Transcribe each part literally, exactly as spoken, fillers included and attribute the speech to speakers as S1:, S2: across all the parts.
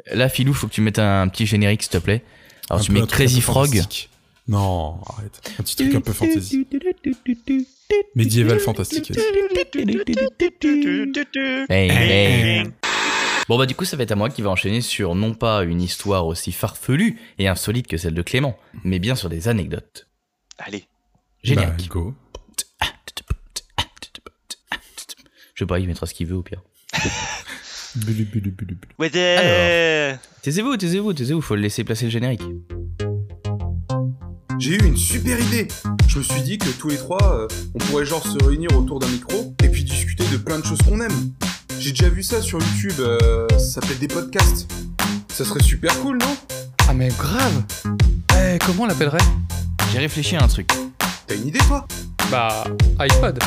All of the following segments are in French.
S1: là, Philou, faut que tu mettes un petit générique, s'il te plaît. Alors, un tu mets Crazy Frog.
S2: Fantastique. Non, arrête. Un petit truc un peu fantasy. Médiéval fantastique.
S1: Bang, bang. Bon bah du coup ça va être à moi qui va enchaîner sur non pas une histoire aussi farfelue et insolite que celle de Clément, mais bien sur des anecdotes.
S3: Allez.
S1: Génial.
S2: Bah, go.
S1: Je sais pas, il mettra ce qu'il veut au pire.
S3: Ouais, Alors,
S1: taisez-vous, taisez-vous, taisez-vous, faut le laisser placer le générique.
S4: J'ai eu une super idée. Je me suis dit que tous les trois, euh, on pourrait genre se réunir autour d'un micro et puis discuter de plein de choses qu'on aime. J'ai déjà vu ça sur YouTube, euh, ça s'appelle des podcasts. Ça serait super cool, non ?
S5: Ah mais grave. Eh, comment on l'appellerait ?
S1: J'ai réfléchi à un truc.
S4: T'as une idée, toi ?
S5: Bah, iPod.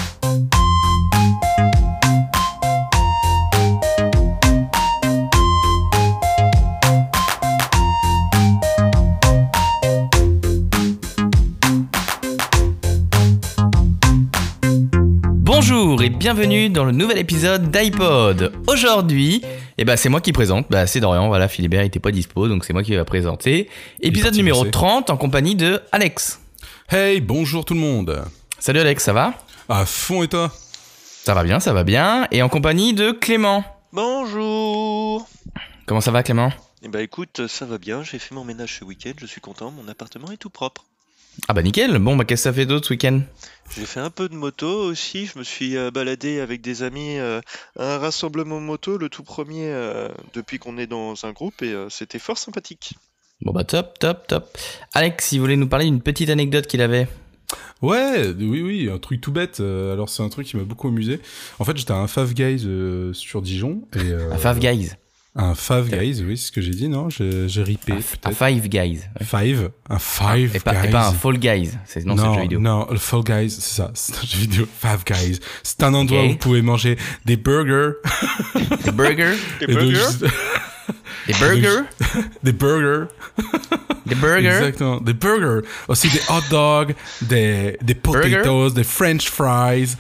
S1: Bonjour et bienvenue dans le nouvel épisode d'iPod. Aujourd'hui, eh ben, c'est moi qui présente, bah, c'est Dorian, voilà, Philibert était pas dispo, donc c'est moi qui vais présenter. Épisode numéro trente en compagnie de Alex.
S2: Hey, bonjour tout le monde.
S1: Salut Alex, ça va ?
S2: À fond et toi ?
S1: Ça va bien, ça va bien. Et en compagnie de Clément.
S3: Bonjour.
S1: Comment ça va Clément ?
S3: Eh bah écoute, ça va bien, j'ai fait mon ménage ce week-end, je suis content, mon appartement est tout propre.
S1: Ah bah nickel, bon bah qu'est-ce que ça fait d'autre ce week-end ?
S3: J'ai fait un peu de moto aussi, je me suis euh, baladé avec des amis euh, à un rassemblement moto, le tout premier euh, depuis qu'on est dans un groupe et euh, c'était fort sympathique.
S1: Bon bah top, top, top. Alex, il voulait nous parler d'une petite anecdote qu'il avait.
S2: Ouais, oui, oui, un truc tout bête. Euh, alors c'est un truc qui m'a beaucoup amusé. En fait, j'étais à un Five Guys euh, sur Dijon. Et, euh,
S1: Un Five Guys.
S2: Un Five Guys, oui, c'est ce que j'ai dit, non ? J'ai, j'ai ripé,
S1: un,
S2: peut-être.
S1: Un Five Guys. Ouais.
S2: Five, un Five
S1: et pas,
S2: Guys.
S1: Et pas un Fall Guys, c'est, non, non c'est un jeu vidéo.
S2: Non, le Fall Guys, c'est ça, c'est un jeu vidéo. Five Guys. C'est un endroit
S1: okay.
S2: où vous pouvez manger des burgers.
S1: Des burgers
S3: Des burgers
S2: donc,
S1: Des burgers
S2: Des burgers.
S1: Des burgers.
S2: Exactement, des burgers. Aussi des hot dogs, des, des potatoes, burger. Des french fries.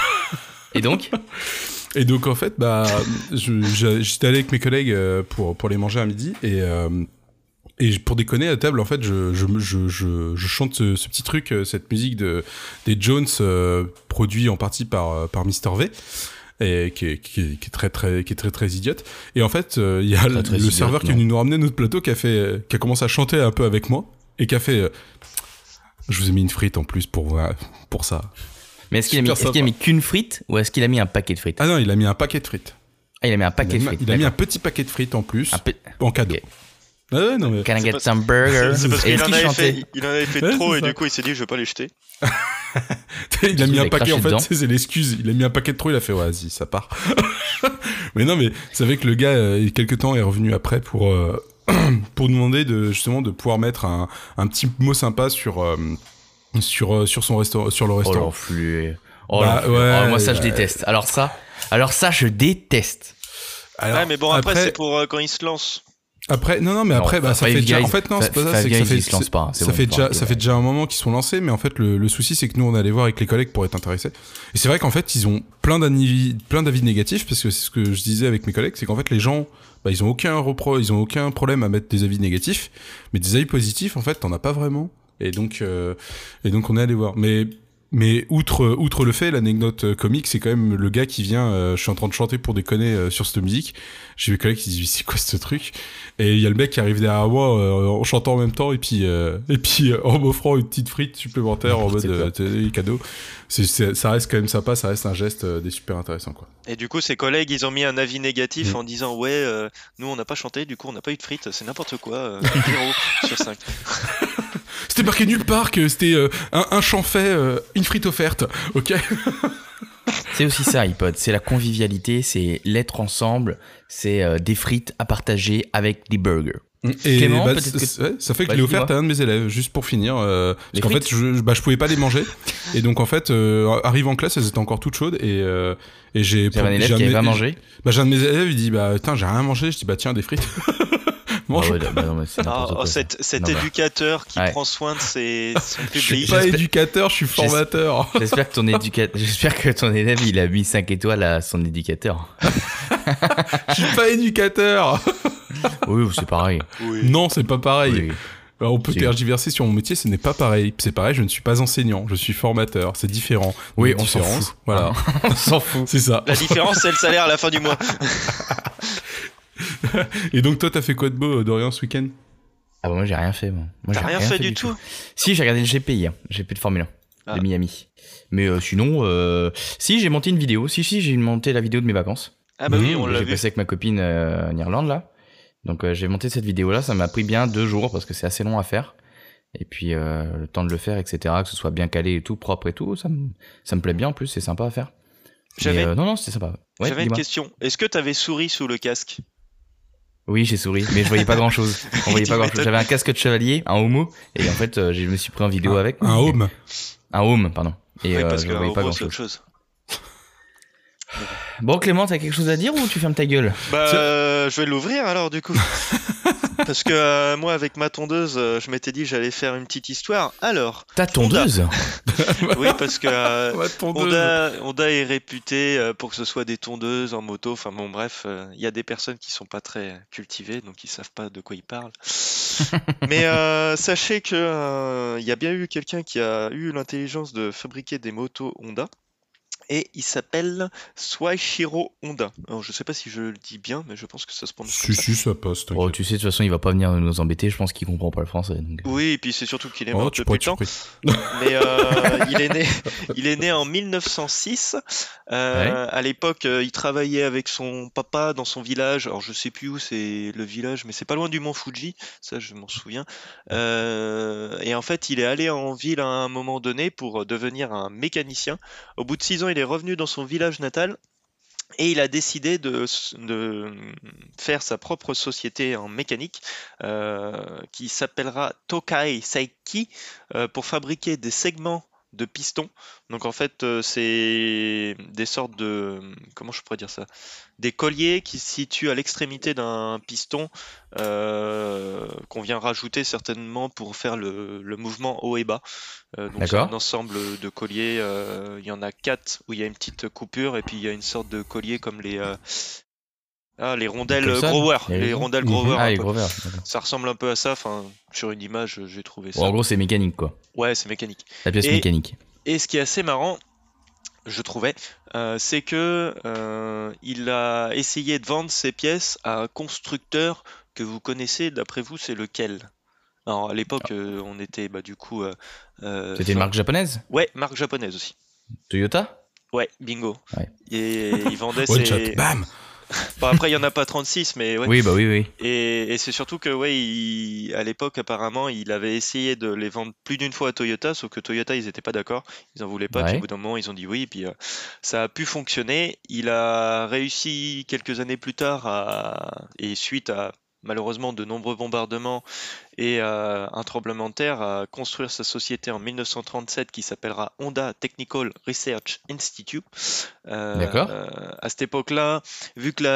S1: Et donc
S2: Et donc en fait, bah, je, je, j'étais allé avec mes collègues pour pour les manger à midi et euh, et pour déconner à table, en fait, je je je je, je chante ce, ce petit truc, cette musique de des Jones, euh, produit en partie par par Mister V. Et qui est, qui, est, qui est très très qui est très très idiote. Et en fait, il euh, y a très, le, très le idiote, serveur non. qui est venu nous ramener notre plateau, qui a fait, qui a commencé à chanter un peu avec moi et qui a fait. Euh, je vous ai mis une frite en plus pour pour ça.
S1: Mais est-ce qu'il, a mis, est-ce qu'il a mis qu'une frite ou est-ce qu'il a mis un paquet de frites ?
S2: Ah non, il a mis un paquet de frites.
S1: Ah, il a mis un paquet
S2: il
S1: de frites.
S2: Il a mis un petit paquet de frites en plus,
S1: pe...
S2: en cadeau. Okay. Ah ouais, non mais.
S1: Can I get some burgers ?
S3: C'est, c'est parce qu'il en avait, fait, il en avait fait
S2: ouais,
S3: trop et du coup il s'est dit je vais pas les jeter.
S2: il a mis un paquet en fait, c'est, c'est l'excuse. Il a mis un paquet de trop, il a fait ouais, vas-y, ça part. Mais non, mais c'est vrai que le gars, euh, il y a quelques temps, est revenu après pour euh, pour demander de justement de pouvoir mettre un un petit mot sympa sur euh, sur euh, sur son restaurant, sur le restaurant.
S1: Oh l'enflé. Oh,
S2: bah,
S1: l'enflé.
S2: Ouais,
S1: oh moi ça
S2: euh,
S1: je déteste. Alors ça, alors ça je déteste.
S3: Alors, ouais, mais bon après, après c'est pour euh, quand il se lance.
S2: Après, non, non, mais après,
S1: non,
S2: bah, ça fait déjà,
S1: guys,
S2: en fait, non, c'est pas ça, c'est que ça fait, ça
S1: bon,
S2: fait déjà, ça fait déjà un moment qu'ils sont lancés, mais en fait, le, le souci, c'est que nous, on allait voir avec les collègues pour être intéressés. Et c'est vrai qu'en fait, ils ont plein d'avis, plein d'avis négatifs, parce que c'est ce que je disais avec mes collègues, c'est qu'en fait, les gens, bah, ils ont aucun repro, ils ont aucun problème à mettre des avis négatifs, mais des avis positifs, en fait, t'en as pas vraiment. Et donc, euh, et donc, on est allé voir. Mais, Mais outre outre le fait, l'anecdote comique, c'est quand même le gars qui vient. Euh, je suis en train de chanter pour déconner euh, sur cette musique. J'ai mes collègues qui disent c'est quoi ce truc ? Et il y a le mec qui arrive derrière moi euh, en chantant en même temps et puis euh, et puis euh, en m'offrant une petite frite supplémentaire en mode euh, cadeau. C'est, c'est, ça reste quand même sympa, ça reste un geste euh, des super intéressant quoi.
S3: Et du coup, ses collègues, ils ont mis un avis négatif mmh. en disant ouais, euh, nous on n'a pas chanté, du coup on n'a pas eu de frites, c'est n'importe quoi, euh, zéro sur cinq.
S2: C'était marqué nulle part que c'était euh, un, un chant fait, euh, une frite offerte, ok.
S1: C'est aussi ça, iPod, c'est la convivialité, c'est l'être ensemble, c'est euh, des frites à partager avec des burgers.
S2: Et
S1: Clément,
S2: bah,
S1: peut-être que...
S2: ouais, ça fait que
S1: bah,
S2: je l'ai offerte à un de mes élèves, juste pour finir. Euh, parce qu'en fait, je, bah, je pouvais pas les manger. Et donc, en fait, euh, arrive en classe, elles étaient encore toutes chaudes. Et, euh, et j'ai.
S1: J'ai un élève j'ai qui avait pas mangé.
S2: Bah, j'ai un de mes élèves, il dit, bah, putain, j'ai rien mangé. Je dis, bah, tiens, des frites. Mange.
S1: Ah ouais, bah non, mais c'est
S3: ah, oh, cet cet non, éducateur qui ouais. prend soin de ses, son public.
S2: Je suis pas
S1: j'espère...
S2: éducateur, je suis formateur.
S1: J'espère que ton éducateur, j'espère que ton élève, il a mis cinq étoiles à son éducateur.
S2: Je suis pas éducateur.
S1: Oui, c'est pareil.
S3: Oui.
S2: Non, c'est pas pareil.
S1: Oui.
S2: Alors, on peut
S1: Si.
S2: tergiverser sur mon métier, ce n'est pas pareil. C'est pareil, je ne suis pas enseignant, je suis formateur, c'est différent.
S1: Oui,
S2: Une
S1: on s'en
S2: différence,
S1: fout.
S2: Voilà,
S1: On s'en fout.
S2: c'est ça.
S3: La différence, c'est le salaire à la fin du mois.
S2: Et donc toi, t'as fait quoi de beau, euh, Dorian, ce week-end?
S1: Ah bah moi j'ai rien fait moi. Moi,
S3: T'as
S1: j'ai
S3: rien fait du tout.
S1: Si, j'ai regardé le G P hier, G P de Formule un
S3: Ah.
S1: de Miami. Mais euh, sinon, euh... si j'ai monté une vidéo, si si j'ai monté la vidéo de mes vacances.
S3: Ah bah oui,
S2: Mmh,
S3: on
S1: que
S3: l'a
S1: j'ai
S3: vu.
S1: passé avec ma copine euh, en Irlande là. Donc euh, j'ai monté cette vidéo là, ça m'a pris bien deux jours parce que c'est assez long à faire. Et puis euh, le temps de le faire, et cetera. Que ce soit bien calé et tout, propre et tout, ça me ça me plaît bien en plus, c'est sympa à faire.
S3: J'avais
S1: Mais, euh, non non, c'était sympa. Ouais,
S3: J'avais une
S1: dis-moi.
S3: question. Est-ce que t'avais souri sous le casque?
S1: Oui, j'ai souri, mais je voyais pas grand chose. On voyait
S3: Tu
S1: pas grand chose.
S3: m'étonnes.
S1: J'avais un casque de chevalier, un homo, et en fait euh, je me suis pris en vidéo
S2: un,
S1: avec.
S2: un home.
S1: Un home, pardon. Et
S3: Oui,
S1: euh,
S3: parce
S1: je
S3: que
S1: voyais
S3: en
S1: pas
S3: gros,
S1: grand
S3: c'est autre
S1: chose.
S3: chose.
S1: Bon Clément, t'as quelque chose à dire ou tu fermes ta gueule?
S3: Bah,
S2: Tiens.
S3: euh, je vais l'ouvrir alors du coup. Parce que euh, moi, avec ma tondeuse, euh, je m'étais dit que j'allais faire une petite histoire. Alors,
S1: Ta tondeuse?
S3: oui, parce que euh,
S2: Ouais, tondeuse.
S3: Honda, Honda est réputé euh, pour que ce soit des tondeuses en moto. Enfin bon, bref, euh, il y a des personnes qui sont pas très cultivées, donc ils savent pas de quoi ils parlent. Mais euh, sachez que euh, il y a bien eu quelqu'un qui a eu l'intelligence de fabriquer des motos Honda. Et il s'appelle Soichiro Honda. Alors je sais pas si je le dis bien, mais je pense que ça se prononce comme
S2: Si,
S3: ça.
S2: si, ça passe,
S1: Oh,
S2: t'inquiète.
S1: tu sais, de toute façon, il va pas venir nous embêter. Je pense qu'il comprend pas le français. Donc...
S3: Oui, et puis c'est surtout qu'il est
S2: Oh,
S3: mort
S2: tu
S3: depuis
S2: pourrais
S3: le temps.
S2: être surpris.
S3: Mais euh, il est né, il est né en mille neuf cent six. Euh, À l'époque, euh, il travaillait avec son papa dans son village. Alors je sais plus où c'est le village, mais c'est pas loin du mont Fuji. Ça, je m'en souviens. Euh, et en fait, il est allé en ville à un moment donné pour devenir un mécanicien. Au bout de six ans, il est revenu dans son village natal. Et il a décidé de, de faire sa propre société en mécanique euh, qui s'appellera Tokai Seiki euh, pour fabriquer des segments de pistons. Donc en fait, euh, c'est des sortes de... Comment je pourrais dire ça? Des colliers qui se situent à l'extrémité d'un piston euh, qu'on vient rajouter certainement pour faire le, le mouvement haut et bas. Euh, donc c'est
S1: D'accord.
S3: un ensemble de colliers. euh, Il y en a quatre où il y a une petite coupure et puis il y a une sorte de collier comme les... euh, Ah, les rondelles
S1: Comme ça,
S3: Grover,
S1: les-
S3: les rondelles
S2: Mhm.
S3: Grover.
S1: Ah,
S3: un
S1: les
S3: peu.
S1: gros verres. d'accord.
S3: Ça ressemble un peu à ça. Enfin, sur une image, j'ai trouvé ça.
S1: Bon, en gros, c'est mécanique, quoi.
S3: Ouais, c'est mécanique.
S1: La pièce
S3: Et-
S1: mécanique.
S3: Et ce qui est assez marrant, je trouvais, euh, c'est que euh, il a essayé de vendre ses pièces à un constructeur que vous connaissez. D'après vous, c'est lequel? Alors, à l'époque, euh, on était bah, du coup. euh, euh,
S1: C'était une
S3: fin-
S1: marque japonaise?
S3: Ouais, marque japonaise aussi.
S1: Toyota?
S3: Ouais, bingo.
S1: Ouais.
S3: Et il vendait
S2: One
S3: ses.
S2: shot, bam.
S3: Bon, après, il y en a pas trente-six, mais ouais.
S1: Oui, bah oui, oui.
S3: Et, et c'est surtout que, ouais, il- à l'époque, apparemment, il avait essayé de les vendre plus d'une fois à Toyota, sauf que Toyota, ils étaient pas d'accord, ils en voulaient pas, puis
S1: Ouais.
S3: au bout d'un moment, ils ont dit oui, et puis euh, ça a pu fonctionner. Il a réussi quelques années plus tard, à, et suite à malheureusement de nombreux bombardements et euh, un tremblement de terre, à construire sa société en mille neuf cent trente-sept qui s'appellera Honda Technical Research Institute. Euh,
S1: D'accord.
S3: euh, à cette époque-là, vu que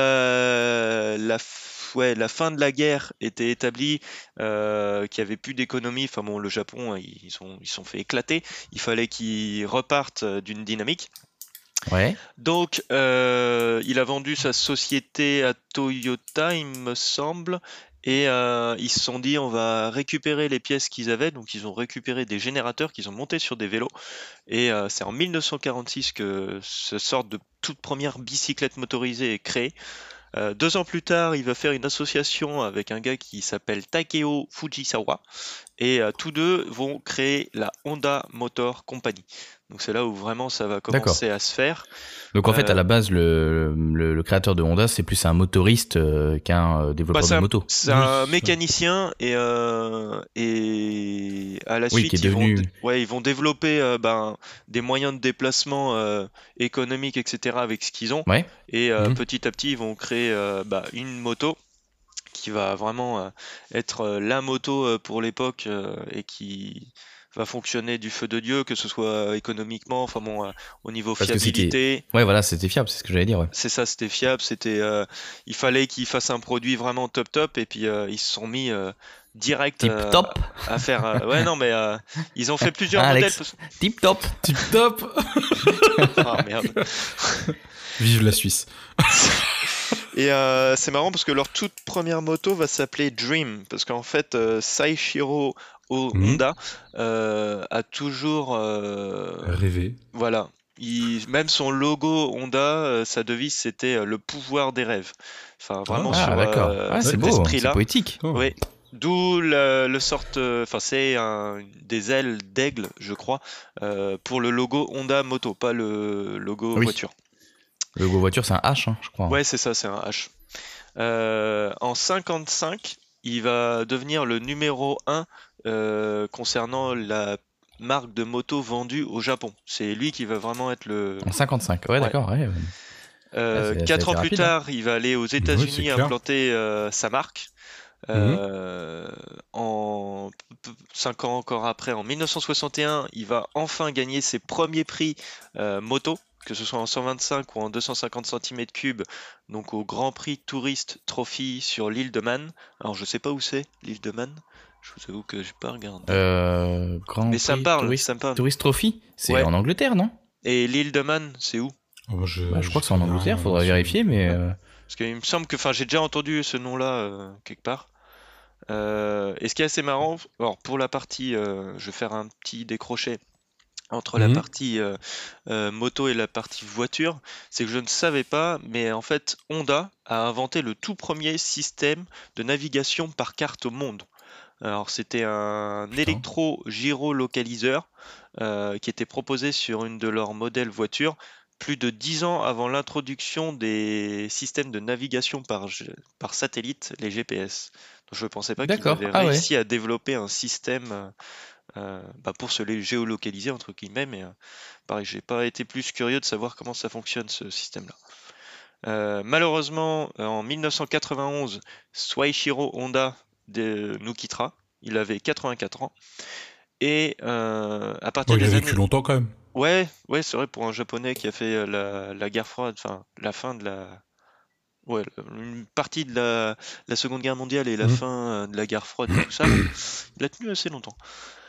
S3: la, la, f- ouais, la fin de la guerre était établie, euh, qu'il n'y avait plus d'économie, enfin bon, le Japon, ils sont, ils sont fait éclater, il fallait qu'ils repartent euh, d'une dynamique.
S1: Ouais.
S3: Donc, euh, il a vendu sa société à Toyota, il me semble, et euh, ils se sont dit on va récupérer les pièces qu'ils avaient. Donc, ils ont récupéré des générateurs qu'ils ont montés sur des vélos. Et euh, c'est en mille neuf cent quarante-six que ce sort de toute première bicyclette motorisée est créée. Euh, deux ans plus tard, il va faire une association avec un gars qui s'appelle Takeo Fujisawa. Et euh, tous deux vont créer la Honda Motor Company. Donc c'est là où vraiment ça va commencer à se faire.
S1: Donc en fait,
S3: Euh,
S1: à la base, le, le, le créateur de Honda, c'est plus un motoriste euh, qu'un euh, développeur
S3: Bah, c'est
S1: de
S3: un-
S1: moto.
S3: C'est un mécanicien et, euh, et à la
S1: Oui,
S3: suite
S1: qui est
S3: ils, vont,
S1: devenu-
S3: dé- ouais, ils vont développer euh, ben, des moyens de déplacement euh, économiques, et cetera avec ce qu'ils ont.
S1: Ouais.
S3: Et euh,
S2: Mhm.
S3: petit à petit ils vont créer euh, bah, une moto qui va vraiment euh, être euh, la moto euh, pour l'époque euh, et qui va fonctionner du feu de Dieu, que ce soit économiquement, enfin bon, euh, au niveau
S1: Parce que c'était-
S3: fiabilité.
S1: Ouais, voilà, c'était fiable, c'est ce que j'allais dire. Ouais.
S3: C'est ça, c'était fiable, c'était, euh, il fallait qu'ils fassent un produit vraiment top top, et puis euh, ils se sont mis euh, direct
S1: Tip
S3: euh,
S1: top.
S3: à faire. euh, ouais, non, mais euh, ils ont fait plusieurs
S1: Ah,
S3: modèles.
S1: Alex. Tip top.
S2: Tip top.
S3: Ah merde.
S2: Vive la Suisse.
S3: Et euh, c'est marrant parce que leur toute première moto va s'appeler Dream, parce qu'en fait, euh, Saishiro O-
S2: Mhm.
S3: Honda euh, a toujours, euh,
S2: Rêver.
S3: voilà, il- même son logo Honda, euh, sa devise c'était euh, le pouvoir des rêves. Enfin, vraiment
S2: Ah,
S3: sur
S1: Ah, d'accord.
S3: euh,
S1: Ah, c'est
S3: cet
S1: beau, c'est
S3: esprit-là.
S1: poétique.
S2: Oh.
S3: Oui. D'où le, le sorte, euh, enfin c'est un- des ailes d'aigle, je crois, euh, pour le logo Honda Moto, pas le logo
S1: Oui.
S3: voiture.
S1: Le logo voiture, c'est un H, hein, je crois.
S3: Ouais, c'est ça, c'est un H. Euh, en cinquante-cinq, il va devenir le numéro un euh, concernant la marque de moto vendue au Japon. C'est lui qui va vraiment être le.
S1: En cinquante-cinq, ouais,
S3: Ouais.
S1: d'accord. Ouais.
S3: Euh,
S1: Ouais, c'est- ça a
S3: quatre
S1: été
S3: ans plus
S1: rapide, hein.
S3: tard, il va aller aux
S2: c'est
S3: États-Unis
S2: clair.
S3: implanter euh, sa marque. Euh, en p- p- cinq ans encore après, en mille neuf cent soixante et un, il va enfin gagner ses premiers prix euh, moto, que ce soit en cent vingt-cinq ou en deux cent cinquante centimètres cubes, donc au Grand Prix Tourist Trophy sur l'île de Man. Alors je sais pas où c'est l'île de Man, je vous avoue que j'ai pas regardé.
S1: Euh, Grand
S3: Mais ça me
S1: Prix
S3: parle,
S1: Tourist,
S3: ça me parle.
S1: Tourist Trophy, c'est
S3: Ouais.
S1: en Angleterre, non?
S3: Et l'île de Man, c'est où?
S2: Oh, je,
S1: Bah, je crois que c'est en
S2: j'y connais
S1: Angleterre,
S2: rien,
S1: faudrait
S2: là-dessus.
S1: vérifier, mais euh,
S3: Parce qu'il me semble que, enfin, j'ai déjà entendu ce nom-là euh, quelque part. Euh, et ce qui est assez marrant, alors pour la partie, euh, je vais faire un petit décroché entre la
S2: Mhm.
S3: partie euh, euh, moto et la partie voiture, c'est que je ne savais pas, mais en fait, Honda a inventé le tout premier système de navigation par carte au monde. Alors, c'était un
S2: Putain.
S3: électro-gyrolocaliseur euh, qui était proposé sur une de leurs modèles voitures plus de dix ans avant l'introduction des systèmes de navigation par, G- par satellite, les G P S. Donc, je ne pensais pas qu'ils
S1: d'accord.
S3: avaient
S1: Ah ouais.
S3: réussi à développer un système euh, euh, bah, pour se les géolocaliser, entre guillemets, mais euh, pareil, j'ai pas été plus curieux de savoir comment ça fonctionne ce système-là. Euh, malheureusement, euh, en mille neuf cent quatre-vingt-onze, Soichiro Honda de- nous quittera. Il avait quatre-vingt-quatre ans. Et euh, à
S2: Oh,
S3: partir
S2: il a
S3: des
S2: vécu
S3: années.
S2: longtemps quand même.
S3: Ouais, ouais, c'est vrai pour un japonais qui a fait euh, la, la guerre froide, enfin la fin de la. Ouais, une partie de la, la Seconde Guerre mondiale et la
S2: Mhm.
S3: fin euh, de la guerre froide et tout ça. Il a tenu assez longtemps.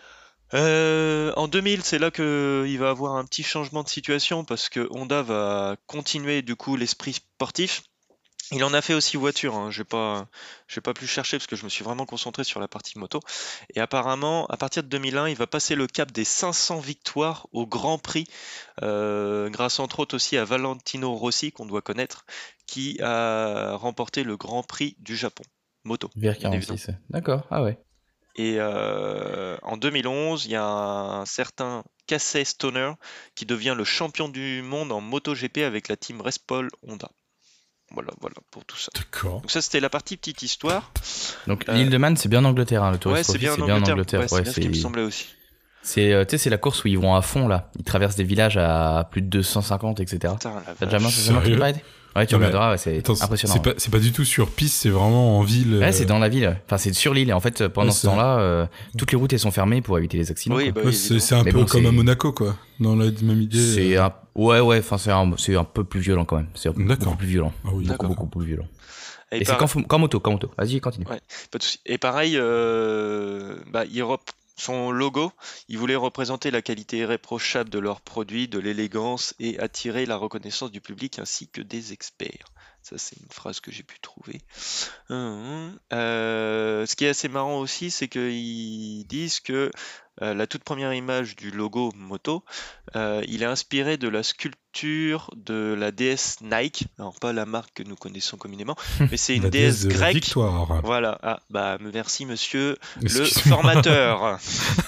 S3: Euh, en deux mille, c'est là que il va avoir un petit changement de situation parce que Honda va continuer du coup l'esprit sportif. Il en a fait aussi voiture, hein. Je vais pas, je vais pas plus chercher parce que je me suis vraiment concentré sur la partie moto. Et apparemment, à partir de deux mille un, il va passer le cap des cinq cents victoires au Grand Prix, euh, grâce entre autres aussi à Valentino Rossi, qu'on doit connaître, qui a remporté le Grand Prix du Japon. Moto,
S1: V R
S3: bien évidemment.
S1: quarante-six. D'accord. Ah ouais.
S3: Et euh, en deux mille onze, il y a un certain Casey Stoner qui devient le champion du monde en MotoGP avec la team Respol Honda. Voilà, voilà pour tout ça.
S2: D'accord.
S3: Donc ça, c'était la partie petite histoire.
S1: Donc
S3: Euh,
S1: l'île de Man, c'est bien en Angleterre, hein, le
S3: Ouais,
S1: Tourist
S3: c'est
S1: Trophy,
S3: bien en
S1: c'est bien en
S3: Angleterre.
S1: Angleterre.
S3: Ouais, c'est
S1: Ouais,
S3: bien ce qui me
S1: c'est
S3: semblait aussi.
S1: c'est euh, tu sais, c'est la course où ils vont à fond là. Ils traversent des villages à plus de deux cent cinquante, et cetera.
S3: Putain, la
S1: T'as déjà
S3: vache.
S1: marre c'est seulement que tu
S2: Sérieux
S1: peux arrêter? Ouais, tu
S2: Non, mais-
S1: regarderas, ouais, c'est
S2: Attends, c'est-
S1: impressionnant.
S2: c'est pas, c'est pas du tout sur piste, c'est vraiment en ville.
S1: Ouais,
S2: euh,
S1: c'est dans la ville. Enfin, c'est sur l'île. Et en fait, pendant
S2: Ouais,
S1: ce
S2: c'est-
S1: temps-là, euh, toutes les routes elles sont fermées pour éviter les accidents.
S3: Oui,
S1: quoi.
S3: bah
S2: ouais,
S3: oui,
S2: c'est
S3: évidemment.
S2: c'est un
S1: Mais
S2: peu
S1: bon,
S2: comme à
S1: c'est-
S2: Monaco, quoi. Dans la même idée.
S1: C'est
S2: euh.
S1: un... ouais, ouais. Enfin, c'est un... c'est un peu plus violent quand même. C'est
S2: D'accord.
S1: beaucoup plus violent.
S2: Ah oui,
S1: Beaucoup,
S3: D'accord.
S1: beaucoup plus violent.
S3: Et,
S1: Et c'est
S3: par-
S1: qu'en qu'en moto, qu'en moto. Vas-y, continue.
S3: Ouais. pas de souci. Et pareil, euh, bah, il rep- son logo, il voulait représenter la qualité irréprochable de leurs produits, de l'élégance et attirer la reconnaissance du public ainsi que des experts. Ça, c'est une phrase que j'ai pu trouver. Hum, hum. Euh, ce qui est assez marrant aussi, c'est qu'ils disent que euh, la toute première image du logo moto, euh, il est inspiré de la sculpture de la déesse Nike. Alors, pas la marque que nous connaissons communément, mais c'est une
S2: La
S3: déesse
S2: déesse de la
S3: grecque.
S2: victoire.
S3: Voilà, ah, bah merci monsieur le
S2: Excuse-moi.
S3: formateur.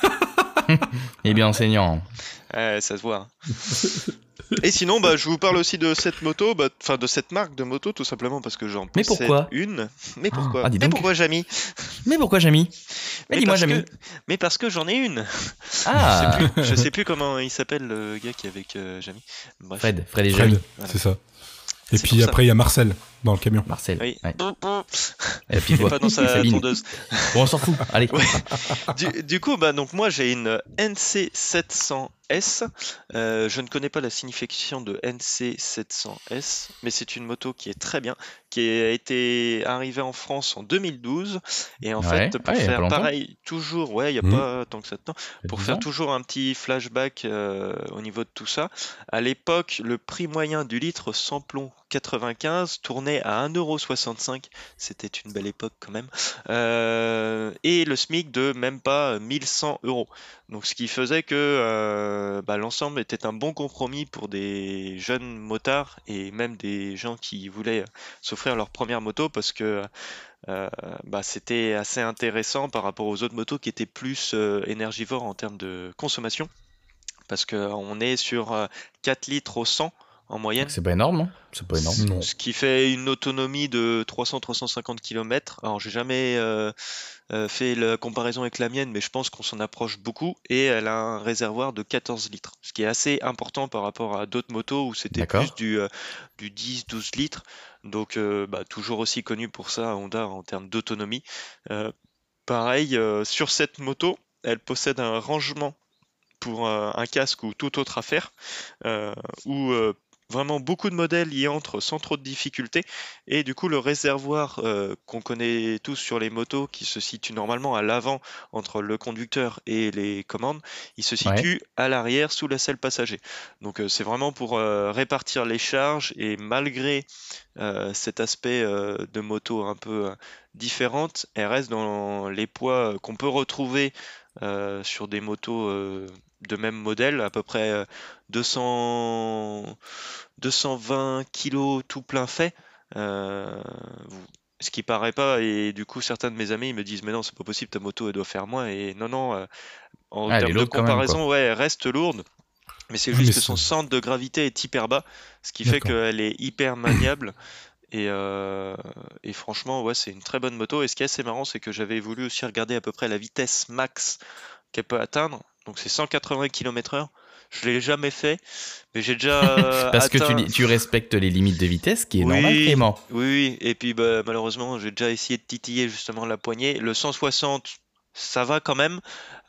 S1: Et bien enseignant.
S3: Ouais, ça se voit. hein. Et sinon, bah, je vous parle aussi de cette moto, bah, enfin de cette marque de moto, tout simplement parce que j'en
S1: Mais
S3: possède
S1: pourquoi
S3: une. Mais pourquoi
S1: Ah, dis
S3: Mais
S1: donc.
S3: pourquoi Jamy
S1: Mais pourquoi Jamy? Mais dis-moi
S3: parce
S1: Jamy.
S3: que... Mais parce que j'en ai une.
S1: Ah,
S3: Je sais plus, je sais plus comment il s'appelle le gars qui est avec euh, Jamy. Bref.
S1: Fred, Fred et Jamy.
S2: Fred,
S3: Voilà.
S2: c'est ça. Et
S3: C'est
S2: puis
S3: pour ça.
S2: après, il y a Marcel dans le camion.
S1: Marcel.
S3: Oui.
S1: Ouais. Et la petite
S3: Et
S1: voix.
S3: pas dans sa
S1: Sabine.
S3: tondeuse.
S1: Bon, on s'en fout. Allez.
S3: Ouais. Du, du coup, bah, donc moi j'ai une N C sept cents S. Euh, je ne connais pas la signification de N C sept cents S, mais c'est une moto qui est très bien, qui a été arrivée en France en deux mille douze. Et en
S1: Ouais.
S3: fait, pour
S1: Ouais, il y a pas
S3: faire
S1: longtemps.
S3: pareil, toujours, ouais, il n'y a
S2: Mhm.
S3: pas tant que ça de temps, pour
S1: dix
S3: faire
S1: ans.
S3: toujours un petit flashback euh, au niveau de tout ça. À l'époque, le prix moyen du litre sans plomb quatre-vingt-quinze tournait tournait à un euro soixante-cinq, c'était une belle époque quand même, euh, et le SMIC de même pas mille cent euros. Donc ce qui faisait que euh, bah, l'ensemble était un bon compromis pour des jeunes motards et même des gens qui voulaient s'offrir leur première moto parce que euh, bah, c'était assez intéressant par rapport aux autres motos qui étaient plus euh, énergivores en termes de consommation parce qu'on est sur euh, quatre litres au cent en moyenne.
S1: C'est pas énorme, non? C'est pas énorme.
S2: Non.
S3: Ce qui fait une autonomie de trois cents à trois cent cinquante kilomètres. Alors, j'ai jamais euh, euh, fait la comparaison avec la mienne, mais je pense qu'on s'en approche beaucoup. Et elle a un réservoir de quatorze litres, ce qui est assez important par rapport à d'autres motos où c'était
S1: D'accord.
S3: plus du, euh, du dix à douze litres. Donc, euh, bah, toujours aussi connu pour ça, Honda, en termes d'autonomie. Euh, pareil, euh, sur cette moto, elle possède un rangement pour euh, un casque ou toute autre affaire, euh, où euh, vraiment beaucoup de modèles y entrent sans trop de difficultés, et du coup le réservoir euh, qu'on connaît tous sur les motos, qui se situe normalement à l'avant entre le conducteur et les commandes, il se situe
S1: Ouais.
S3: à l'arrière sous la selle passager. Donc euh, c'est vraiment pour euh, répartir les charges, et malgré euh, cet aspect euh, de moto un peu euh, différente, elle reste dans les poids euh, qu'on peut retrouver euh, sur des motos euh, de même modèle, à peu près euh, deux cents, deux cent vingt kilos tout plein fait. Euh, vous- ce qui paraît pas, et du coup certains de mes amis ils me disent mais non c'est pas possible, ta moto elle doit faire moins, et non non, euh, en
S1: Ah, elle est
S3: termes de
S1: lourde quand même, quoi.
S3: comparaison ouais elle reste lourde, mais c'est
S2: Ah,
S3: juste
S2: mais
S3: que son
S2: c'est-
S3: centre de gravité est hyper bas, ce qui fait
S2: D'accord.
S3: qu'elle est hyper maniable. Et, euh, et franchement, ouais, c'est une très bonne moto. Et ce qui est assez marrant, c'est que j'avais voulu aussi regarder à peu près la vitesse max qu'elle peut atteindre. Donc c'est cent quatre-vingts kilomètres heure. Je l'ai jamais fait, mais j'ai déjà euh,
S1: Parce que tu,
S3: atteint.
S1: li- tu respectes les limites de vitesse, ce qui est normal,
S3: Oui,
S1: Clément.
S3: oui, oui. Et puis bah, malheureusement, j'ai déjà essayé de titiller justement la poignée. Le cent soixante, ça va quand même,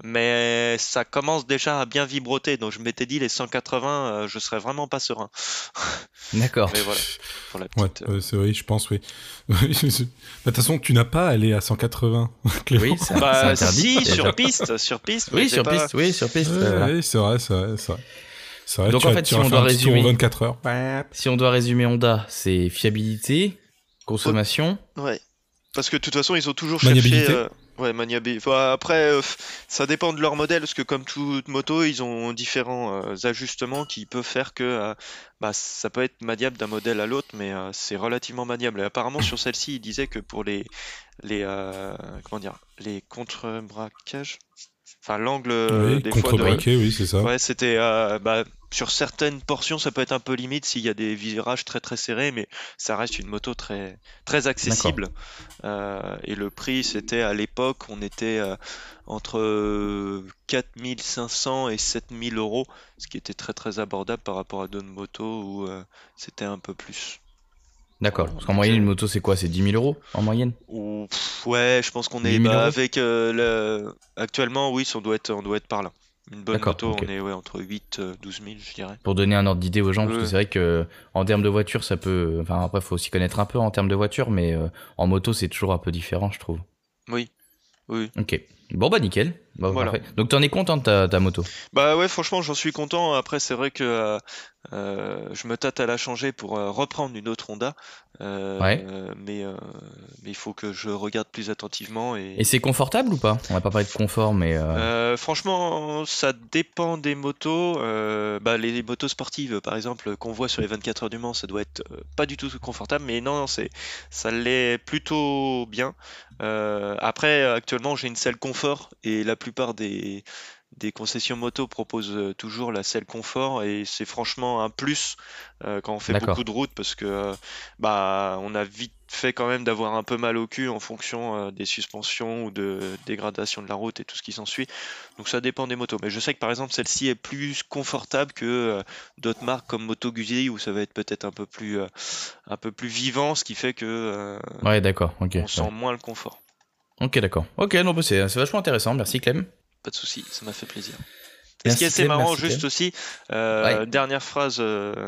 S3: mais ça commence déjà à bien vibroter. Donc je m'étais dit les cent quatre-vingts, euh, je serais vraiment pas serein.
S1: D'accord.
S3: Mais voilà, pour la
S2: Ouais,
S3: petite. euh,
S2: euh, c'est vrai, je pense, oui. Bah, De toute façon, tu n'as pas à aller à cent quatre-vingts, Clément.
S1: Oui, c'est
S3: Bah
S1: c'est interdit.
S3: si,
S1: déjà.
S3: sur piste, sur piste, mais
S1: Oui,
S3: c'est
S1: sur
S3: pas.
S1: piste. Oui, sur piste.
S2: Ouais,
S1: euh, voilà.
S2: ouais, c'est vrai, c'est vrai, c'est vrai. C'est vrai,
S1: Donc,
S2: tu
S1: en
S2: vas-
S1: fait,
S2: tu
S1: si
S2: vas
S1: on
S2: faire
S1: doit
S2: un petit tour
S1: résumer-
S2: vingt-quatre heures.
S1: Si on doit résumer Honda, c'est fiabilité, consommation.
S3: Ouais. Parce que de toute façon, ils ont toujours
S2: Maniabilité.
S3: cherché. euh, Ouais, maniabilité. Enfin, après, euh, f- ça dépend de leur modèle, parce que comme toute moto, ils ont différents euh, ajustements qui peuvent faire que euh, bah, ça peut être maniable d'un modèle à l'autre, mais euh, c'est relativement maniable. Et apparemment, sur celle-ci, ils disaient que pour les les euh, comment dire, les contre-braquages, enfin l'angle euh,
S2: Oui,
S3: des fois de.
S2: contre-braqué, oui, c'est ça.
S3: Ouais, c'était euh, bah, sur certaines portions, ça peut être un peu limite s'il y a des virages très très serrés, mais ça reste une moto très très accessible. Euh, et le prix, c'était à l'époque, on était euh, entre euh, quatre mille cinq cents et sept mille euros, ce qui était très très abordable par rapport à d'autres motos où euh, c'était un peu plus.
S1: D'accord.
S3: Voilà,
S1: Parce qu'en
S3: donc,
S1: moyenne,
S3: euh,
S1: une moto, c'est quoi? C'est dix mille euros en moyenne?
S3: ou- pff, ouais, je pense qu'on est
S1: huit mille
S3: bah,
S1: euros?
S3: avec euh, le... actuellement, oui, on doit être on doit être par là. Une bonne
S1: D'accord,
S3: moto,
S1: ok.
S3: on est ouais, entre huit et douze mille, je dirais.
S1: Pour donner un ordre d'idée aux gens, parce que
S3: Ouais.
S1: c'est vrai que en termes de voiture, ça peut. Enfin, après, faut s'y connaître un peu en termes de voiture, mais euh, en moto, c'est toujours un peu différent, je trouve.
S3: Oui, oui.
S1: Ok. Bon, bah, nickel. Bah,
S3: Voilà.
S1: parfait. Donc, t'en es content de ta, ta moto?
S3: Bah ouais, franchement, j'en suis content. Après, c'est vrai que euh, euh, je me tâte à la changer pour euh, reprendre une autre Honda. Euh,
S1: Ouais.
S3: mais, euh, mais il faut que je regarde plus attentivement. Et,
S1: Et c'est confortable ou pas? On va pas parler de confort, mais. euh,
S3: Euh, franchement, ça dépend des motos. Euh, bah, les, les motos sportives, par exemple, qu'on voit sur les vingt-quatre heures du Mans, ça doit être euh, pas du tout confortable. Mais non, non, c'est, ça l'est plutôt bien. Euh, après, actuellement, j'ai une selle confort, et la plupart des, des concessions moto proposent euh, toujours la selle confort, et c'est franchement un plus euh, quand on fait
S1: D'accord.
S3: beaucoup de routes, parce que euh, bah, on a vite fait quand même d'avoir un peu mal au cul en fonction euh, des suspensions ou de dégradation de la route et tout ce qui s'ensuit. Donc ça dépend des motos. Mais je sais que par exemple celle-ci est plus confortable que euh, d'autres marques comme Moto Guzzi, où ça va être peut-être un peu plus euh, un peu plus vivant, ce qui fait que euh,
S1: Ouais, d'accord. Ok.
S3: on
S1: Ouais.
S3: sent moins le confort.
S1: Ok, d'accord. Ok, non, bah, c'est c'est vachement intéressant. Merci, Clem.
S3: Pas de souci, ça m'a fait plaisir. Et ce
S1: Merci,
S3: qui est assez
S1: Clem,
S3: marrant,
S1: merci,
S3: juste
S1: Clem.
S3: aussi, euh,
S1: Ouais.
S3: dernière phrase euh,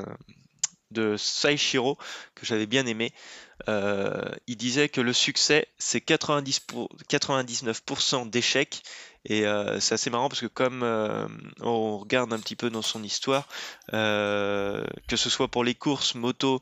S3: de Saishiro que j'avais bien aimé. Euh, il disait que le succès, c'est quatre-vingt-dix pour- quatre-vingt-dix-neuf pour cent d'échecs. Et euh, c'est assez marrant parce que comme euh, on regarde un petit peu dans son histoire, euh, que ce soit pour les courses moto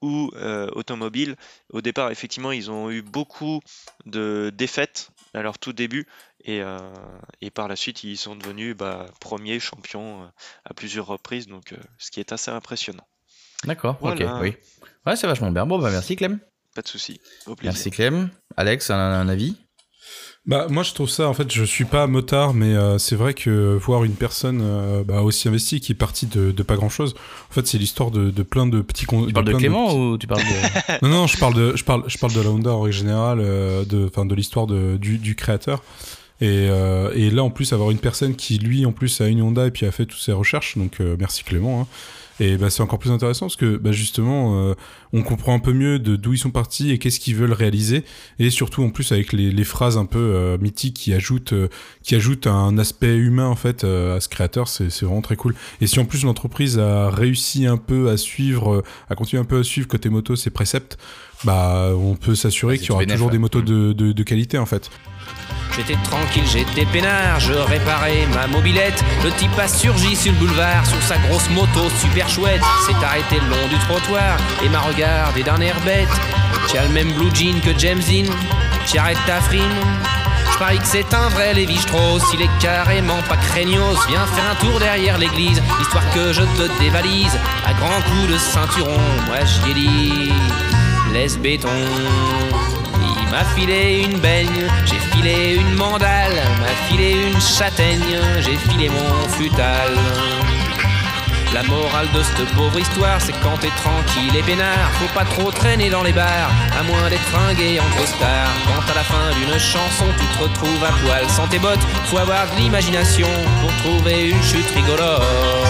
S3: ou euh, automobile. Au départ, effectivement, ils ont eu beaucoup de défaites à leur tout début, et, euh, et par la suite, ils sont devenus bah, premiers champions euh, à plusieurs reprises, donc euh, ce qui est assez impressionnant.
S1: D'accord,
S3: Voilà.
S1: ok, oui. Ouais, c'est vachement bien. Bon, bah merci Clem.
S3: Pas de souci, au plaisir.
S1: Merci Clem. Alex, un, un avis?
S2: Bah moi je trouve ça, en fait je suis pas motard, mais euh, c'est vrai que voir une personne euh, bah, aussi investie qui est partie de, de pas grand chose, en fait c'est l'histoire de, de plein de petits con-
S1: Tu parles de,
S2: plein
S1: Clément
S2: petits-
S1: ou tu parles de...
S2: Non non je parle de je parle je parle de la Honda en règle générale, euh, de enfin de l'histoire de du, du créateur. Et, euh, et là en plus avoir une personne qui lui en plus a une Honda et puis a fait toutes ses recherches, donc euh, merci Clément. Hein. Et bah, c'est encore plus intéressant parce que bah, justement euh, on comprend un peu mieux de d'où ils sont partis et qu'est-ce qu'ils veulent réaliser, et surtout en plus avec les, les phrases un peu euh, mythiques qui ajoutent euh, qui ajoutent un aspect humain en fait euh, à ce créateur, c'est c'est vraiment très cool. Et si en plus l'entreprise a réussi un peu à suivre euh, à continuer un peu à suivre côté moto ses préceptes, bah on peut s'assurer
S1: Ouais,
S2: qu'il y aura
S1: c'est tout
S2: toujours
S1: bénef,
S2: des motos
S1: ouais.
S2: de, de, de qualité en fait.
S6: J'étais tranquille, j'étais peinard, je réparais ma mobilette. Le type a surgi sur le boulevard, sur sa grosse moto super chouette. S'est arrêté le long du trottoir et m'a regardé d'un air bête. Tu as le même blue jean que James Dean, tu arrêtes ta frime. Je parie que c'est un vrai Lévi-Strauss, il est carrément pas craignos. Viens faire un tour derrière l'église, histoire que je te dévalise. À grands coups de ceinturon, moi j'y ai dit, laisse béton. Il m'a filé une baigne, j'ai filé une mandale, m'a filé une châtaigne, j'ai filé mon futal. La morale de cette pauvre histoire, c'est quand t'es tranquille et peinard, faut pas trop traîner dans les bars, à moins d'être fringué en costard. Quand à la fin d'une chanson, tu te retrouves à poil sans tes bottes, faut avoir de l'imagination pour trouver une chute rigolote.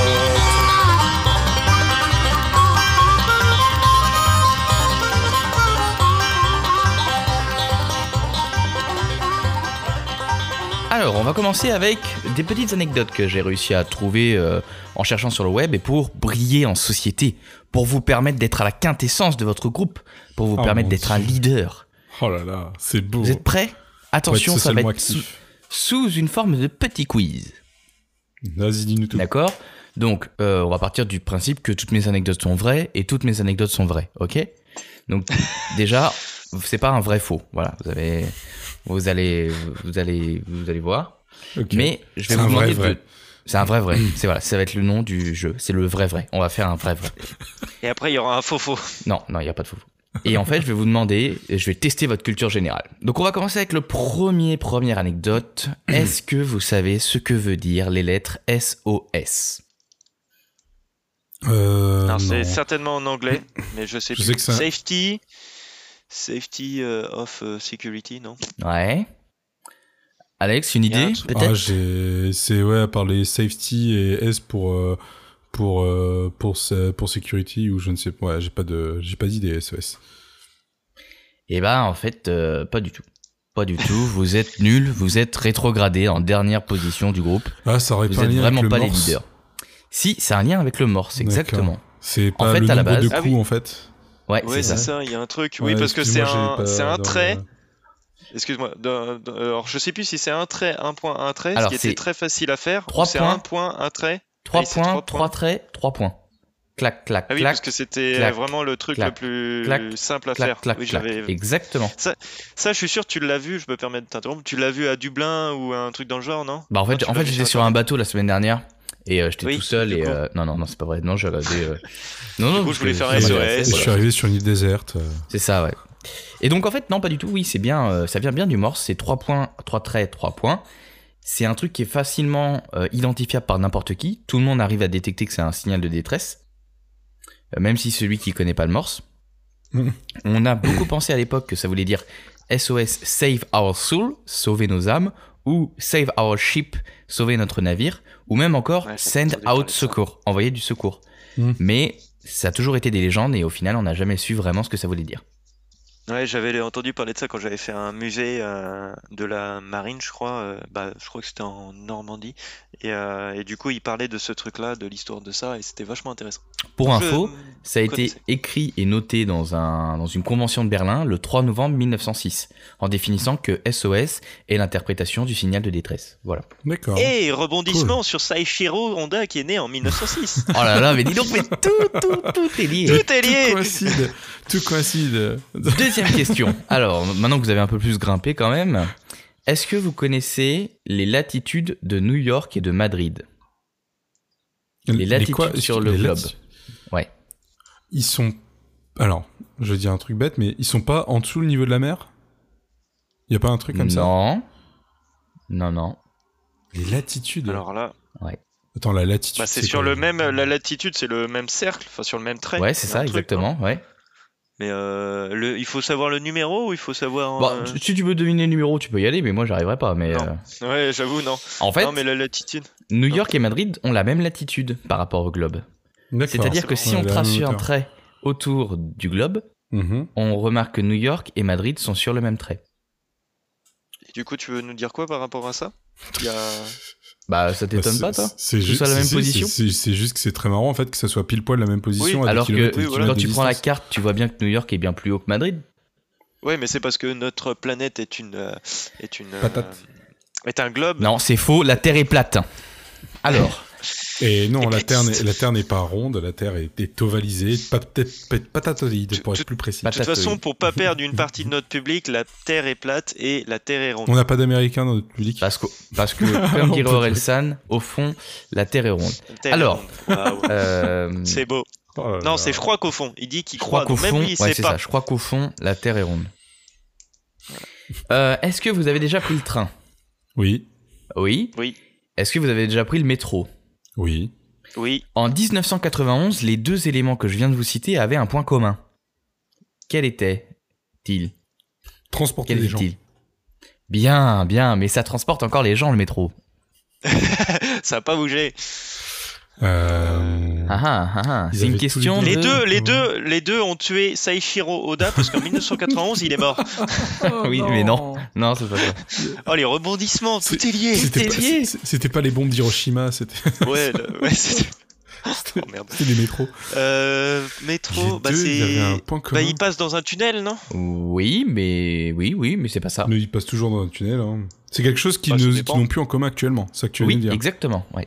S1: Alors, on va commencer avec des petites anecdotes que j'ai réussi à trouver euh, en cherchant sur le web, et pour briller en société, pour vous permettre d'être à la quintessence de votre groupe, pour vous
S2: Oh
S1: permettre
S2: mon
S1: d'être
S2: Dieu.
S1: un leader.
S2: Oh là là, c'est beau.
S1: Vous êtes prêts? Attention,
S2: Pour être
S1: ça va
S2: socialement
S1: être sous,
S2: actif.
S1: sous une forme de petit quiz.
S2: Vas-y, dis-nous tout.
S1: D'accord? Donc, euh, on va partir du principe que toutes mes anecdotes sont vraies et toutes mes anecdotes sont vraies, ok? Donc, déjà, c'est pas un vrai faux. Voilà, vous avez, vous allez, vous allez, vous allez voir.
S2: Ok.
S1: Mais je vais
S2: C'est
S1: vous
S2: un vrai
S1: demander
S2: vrai.
S1: de. C'est un vrai vrai. C'est voilà, ça va être le nom du jeu. C'est le vrai vrai. On va faire un vrai vrai.
S3: Et après, il y aura un faux faux.
S1: Non, non, il y a pas de faux. Et en fait, je vais vous demander, je vais tester votre culture générale. Donc, on va commencer avec le premier première anecdote. Est-ce que vous savez ce que veut dire les lettres S O S?
S2: Euh,
S3: Alors, c'est
S2: non.
S3: certainement en anglais, mais je sais
S2: Je
S3: plus.
S2: sais que c'est un-
S3: Safety, safety euh, of euh, security, non?
S1: Ouais. Alex, une
S3: Il y a un
S1: idée
S3: truc-
S1: peut-être?
S2: Ah, j'ai, c'est ouais, à part les safety et S pour euh, pour euh, pour se- pour security ou je ne sais pas. Ouais, j'ai pas de, j'ai pas d'idée S O S.
S1: Eh ben, en fait, euh, pas du tout. Pas du tout. Vous êtes nuls. Vous êtes rétrogradés en dernière position du groupe.
S2: Ah, ça aurait
S1: Vous
S2: pas un
S1: êtes
S2: lien
S1: vraiment
S2: avec le
S1: pas les
S2: morse.
S1: leaders. Si, c'est un lien avec le morse,
S2: D'accord.
S1: exactement.
S2: C'est
S1: En
S2: pas
S1: fait,
S2: le
S1: à la
S2: nombre de
S1: base-
S3: Ah
S2: coups
S3: oui.
S2: en fait.
S1: Ouais,
S3: Ouais,
S1: c'est
S3: c'est
S1: ça.
S3: ça, il y a un truc.
S2: Ouais,
S3: Oui, parce que c'est
S2: excuse-moi, j'ai
S3: un,
S2: pas
S3: c'est un
S2: dans
S3: trait.
S2: le-
S3: Excuse-moi. d'un- d'un- Alors, je sais plus si c'est un trait, un point, un trait,
S1: Alors,
S3: ce qui était
S1: c'est
S3: très facile à faire.
S1: trois
S3: ou c'est
S1: points.
S3: un point, un trait.
S1: Trois
S3: Oui, c'est
S1: points,
S3: trois
S1: trois
S3: points.
S1: traits, trois points. Clac, clac,
S3: Ah oui,
S1: clac,
S3: parce que c'était
S1: clac,
S3: vraiment le truc
S1: clac,
S3: le plus
S1: clac,
S3: simple à
S1: clac,
S3: faire.
S1: clac,
S3: oui,
S1: clac.
S3: j'avais.
S1: Exactement.
S3: Ça, je suis sûr, tu l'as vu. Je me permets de t'interrompre. Tu l'as vu à Dublin ou un truc dans le genre, non?
S1: Bah en fait,
S3: Non, tu
S1: en
S3: l'as
S1: fait,
S3: vu
S1: j'étais
S3: sur
S1: sur un
S3: Internet.
S1: bateau la semaine dernière et euh, j'étais
S3: Oui,
S1: tout seul
S3: du
S1: et
S3: coup.
S1: euh, non non non c'est pas vrai. Non, j'ai regardé. euh, Non non.
S3: coup,
S1: parce
S3: je voulais
S1: que
S3: faire
S1: ça
S3: un
S1: m'a
S3: S O S,
S1: intéressé,
S2: Et je
S1: voilà.
S2: suis arrivé sur une île déserte. euh.
S1: C'est ça, ouais. Et donc en fait, non, pas du tout. Oui, c'est bien. euh, ça vient bien du morse. C'est trois points, trois traits, trois points. C'est un truc qui est facilement euh, identifiable par n'importe qui. Tout le monde arrive à détecter que c'est un signal de détresse, euh, même si celui qui connaît pas le morse.
S2: Mhm.
S1: On a beaucoup pensé à l'époque que ça voulait dire S O S, Save Our Soul, sauver nos âmes, ou Save Our Ship, sauver notre navire, ou même encore
S3: Ouais, j'ai
S1: Send
S3: entendu parler
S1: Out
S3: de ça.
S1: Secours, envoyer du secours.
S2: Mhm.
S1: Mais ça a toujours été des légendes et au final, on n'a jamais su vraiment ce que ça voulait dire.
S3: Ouais, j'avais entendu parler de ça quand j'avais fait un musée euh, de la marine, je crois. euh, bah, je crois que c'était en Normandie. Et, euh, et du coup, il parlait de ce truc-là, de l'histoire de ça, et c'était vachement intéressant.
S1: Pour
S3: Donc,
S1: info,
S3: je
S1: ça a été
S3: connaissais.
S1: écrit et noté dans, un, dans une convention de Berlin le trois novembre mille neuf cent six, en définissant que S O S est l'interprétation du signal de détresse. Voilà.
S2: D'accord.
S3: Et rebondissement sur Saishiro Honda qui est né en mille neuf cent six.
S1: Oh là là, mais dis donc, mais tout, tout, tout est lié.
S3: Tout est lié.
S2: Tout coïncide. Tout coïncide.
S1: Deuxième question. Alors, maintenant que vous avez un peu plus grimpé quand même, est-ce que vous connaissez les latitudes de New York et de Madrid? Les latitudes
S2: quoi
S1: sur
S2: Les
S1: le globe.
S2: lati-
S1: Ouais.
S2: Ils sont. Alors, je vais dire un truc bête, mais ils sont pas en dessous le niveau de la mer? Y a pas un truc comme ça?
S1: Non. Non, non.
S2: Les latitudes.
S3: Alors là,
S2: Attends, la latitude.
S3: bah, c'est sur
S2: quoi
S3: le même, la latitude, c'est le même cercle, enfin sur le même trait.
S1: Ouais, c'est
S3: Il y a
S1: ça,
S3: un truc,
S1: exactement. Ouais.
S3: non Mais euh, le, il faut savoir le numéro ou il faut savoir.
S1: Bon,
S3: euh,
S1: si tu veux deviner le numéro, tu peux y aller, mais moi, j'arriverai pas. Mais
S3: Non.
S1: euh,
S3: Ouais, j'avoue, non.
S1: en fait,
S3: Non, mais la latitude.
S1: New York et Madrid ont la même latitude par rapport au globe.
S2: D'accord.
S1: C'est-à-dire que si
S2: Ouais,
S1: on
S2: la
S1: trace
S2: même
S1: sur un
S2: hauteur.
S1: trait autour du globe,
S2: Mhm.
S1: on remarque que New York et Madrid sont sur le même trait.
S3: Et du coup, tu veux nous dire quoi par rapport à ça Il y a...
S1: Bah, ça t'étonne
S2: Bah,
S1: pas, toi
S2: c'est
S1: Que ce
S2: juste,
S1: soit la même
S2: c'est-
S1: position
S2: c'est- C'est juste que c'est très marrant en fait que ça soit pile poil la même position.
S3: Oui,
S2: à des
S1: Alors que
S2: kilomètres et des
S3: oui, voilà.
S1: quand
S2: kilomètres
S1: tu
S2: de
S1: prends la
S2: distance.
S1: carte, tu vois bien que New York est bien plus haut que Madrid.
S3: Ouais, mais c'est parce que notre planète est une. euh, est une. euh,
S2: Patate.
S3: est un globe.
S1: Non, c'est faux, la Terre est plate. Alors,
S2: Et non,
S3: Et
S2: la
S3: petite.
S2: Terre, n'est- la Terre n'est pas ronde, la Terre est, est ovalisée, pas- peut-être peut- patatoïde pour
S3: Tout-
S2: être plus précis.
S3: De toute
S1: Patatoïde.
S3: façon, pour pas perdre une partie de notre public, la Terre est plate et la Terre est ronde.
S2: On n'a pas d'Américains dans notre public.
S1: parce que, parce que comme
S2: On
S1: dirait
S2: peut-
S1: Orelsan, au fond, la Terre est ronde.
S3: La Terre est
S1: Alors,
S3: ronde. Waouh.
S1: Euh,
S3: C'est beau.
S2: Oh là
S3: Non,
S2: là.
S3: c'est je crois qu'au fond. Il dit qu'il
S1: je crois
S3: croit.
S1: qu'au
S3: Même
S1: fond,
S3: lui, il
S1: ouais,
S3: sait
S1: c'est
S3: pas.
S1: ça. Je crois qu'au fond, la Terre est ronde. Euh, Est-ce que vous avez déjà pris le train?
S2: Oui,
S1: Oui.
S3: Oui,
S1: Est-ce que vous avez déjà pris le métro?
S2: oui.
S3: oui.
S1: En dix-neuf cent quatre-vingt-onze, les deux éléments que je viens de vous citer avaient un point commun. Quel était-il?
S2: Transporter
S1: Quel
S2: des gens.
S1: était-il? Bien, bien, mais ça transporte encore les gens, le métro.
S3: Ça a pas bougé.
S2: Euh...
S1: Ah ah, ah ah.
S2: Ils
S1: C'est une
S2: avaient tous les
S1: question
S2: deux-
S3: Les
S1: de...
S3: deux, les deux, les deux ont tué Saishiro Oda parce qu'en mille neuf cent quatre-vingt-onze, il est mort.
S1: Oui, mais non. Non, c'est pas ça.
S3: Oh, les rebondissements, tout est lié.
S2: C'était
S1: C'était
S2: pas,
S1: lié.
S2: c'est- c'était pas les bombes d'Hiroshima, c'était
S3: Ouais, le- ouais, c'était- Oh merde.
S2: c'était les métros.
S3: Euh,
S2: Les
S3: métro, bah
S2: deux, ils avaient un
S3: c'est.
S2: point
S3: Bah,
S2: commun.
S3: il passe dans un tunnel, non?
S1: Oui, mais... Oui, oui, mais c'est pas ça.
S2: Mais ils passent toujours dans un tunnel. Hein. C'est quelque chose qu'ils
S3: Bah, ça
S2: ne-
S3: dépend.
S2: qu'ils n'ont plus en commun actuellement. C'est ça que tu viens de
S1: Oui,
S2: dire.
S1: exactement, ouais.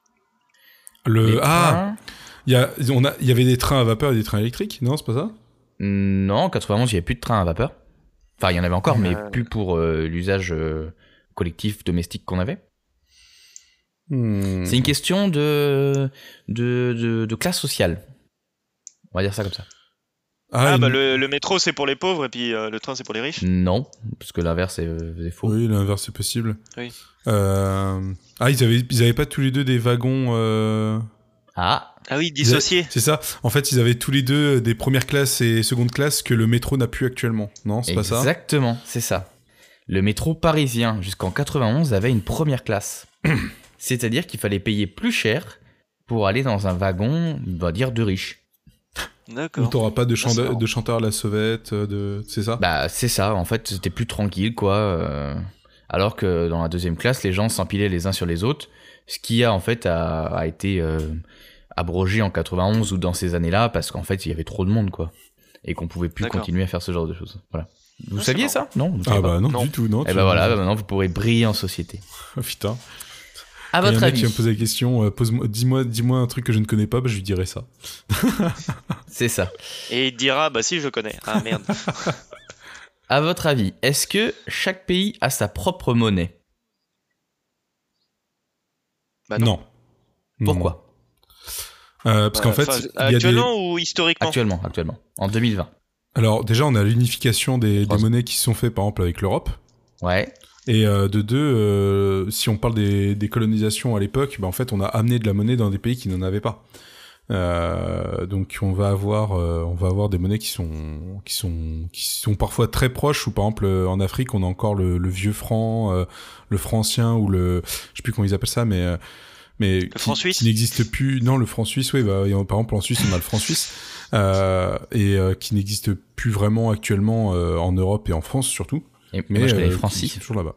S2: Le...
S1: Les
S2: Ah,
S1: trains-
S2: il y, a, on a, il y avait des trains à vapeur et des trains électriques, non, c'est pas ça?
S1: Non, en quatre-vingt-onze, il n'y avait plus de train à vapeur. Enfin, il y en avait encore, mais
S3: Euh.
S1: plus pour euh, l'usage euh, collectif, domestique qu'on avait.
S2: Hmm.
S1: C'est une question de, de, de, de classe sociale. On va dire ça comme ça.
S3: Ah,
S2: une-
S3: bah le, le métro c'est pour les pauvres et puis euh, le train c'est pour les riches.
S1: Non, parce que l'inverse est, euh, est faux.
S2: Oui, l'inverse c'est possible.
S3: Oui.
S2: Euh... Ah, ils avaient, ils avaient pas tous les deux des wagons. Euh...
S1: Ah,
S3: Ah oui, dissocié.
S2: C'est ça. En fait, ils avaient tous les deux des premières classes et secondes classes que le métro n'a plus actuellement. Non, c'est pas ça.
S1: exactement, c'est ça. Le métro parisien, jusqu'en quatre-vingt-onze, avait une première classe. C'est-à-dire qu'il fallait payer plus cher pour aller dans un wagon, on va dire, de riches.
S2: Où
S3: D'accord.
S2: t'auras pas de,
S3: Ah, c'est
S2: chante-
S3: marrant.
S2: de chanteur à la sauvette, euh, de... c'est ça.
S1: Bah, c'est ça, en fait, c'était plus tranquille, quoi. euh, Alors que dans la deuxième classe, les gens s'empilaient les uns sur les autres, ce qui a, en fait, a, a été euh, abrogé en quatre-vingt-onze ou dans ces années-là, parce qu'en fait, il y avait trop de monde, quoi. Et qu'on pouvait plus
S3: D'accord.
S1: continuer à faire ce genre de choses. Voilà. Vous
S3: Ah,
S1: saviez
S3: c'est
S1: ça? Non, vous ne
S2: Ah
S1: saviez
S2: bah non,
S3: Non.
S2: du tout, non.
S1: pas. Et
S2: tu-
S1: bah voilà, bah maintenant vous pourrez briller en société.
S2: Oh, putain.
S1: À
S2: Il y a
S1: votre
S2: un mec qui
S1: avis,
S2: me pose la question, euh, pose-moi- dis-moi, dis-moi un truc que je ne connais pas, bah, je lui dirai ça.
S1: c'est ça.
S3: Et il te dira, bah si je connais. Ah merde.
S1: À votre avis, est-ce que chaque pays a sa propre monnaie?
S3: Bah non.
S2: non. Non,
S1: Pourquoi?
S2: non. Euh, parce qu'en fait,
S3: Enfin,
S2: il y a des...
S3: actuellement ou historiquement?
S1: Actuellement, actuellement, en deux mille vingt.
S2: Alors déjà, on a l'unification des,
S1: Trois
S2: des
S1: ans.
S2: monnaies qui se sont faites, par exemple, avec l'Europe.
S1: Ouais.
S2: Et euh, de deux, euh, si on parle des, des colonisations à l'époque, bah, en fait, on a amené de la monnaie dans des pays qui n'en avaient pas. Euh, donc, on va avoir, euh, on va avoir des monnaies qui sont, qui sont, qui sont parfois très proches. Ou par exemple, euh, en Afrique, on a encore le, le vieux franc, euh, le franc ancien ou le, je sais plus comment ils appellent ça, mais, euh, mais qui,
S3: franc suisse
S2: qui n'existe plus. Non, le franc suisse, oui. Bah, et en- par exemple, en Suisse, on a le franc suisse. euh, et euh, qui n'existe plus vraiment actuellement euh, en Europe et en France surtout.
S1: Et
S2: Mais
S1: moi, je connais
S2: euh,
S1: les Francis.
S2: qui sont toujours là-bas.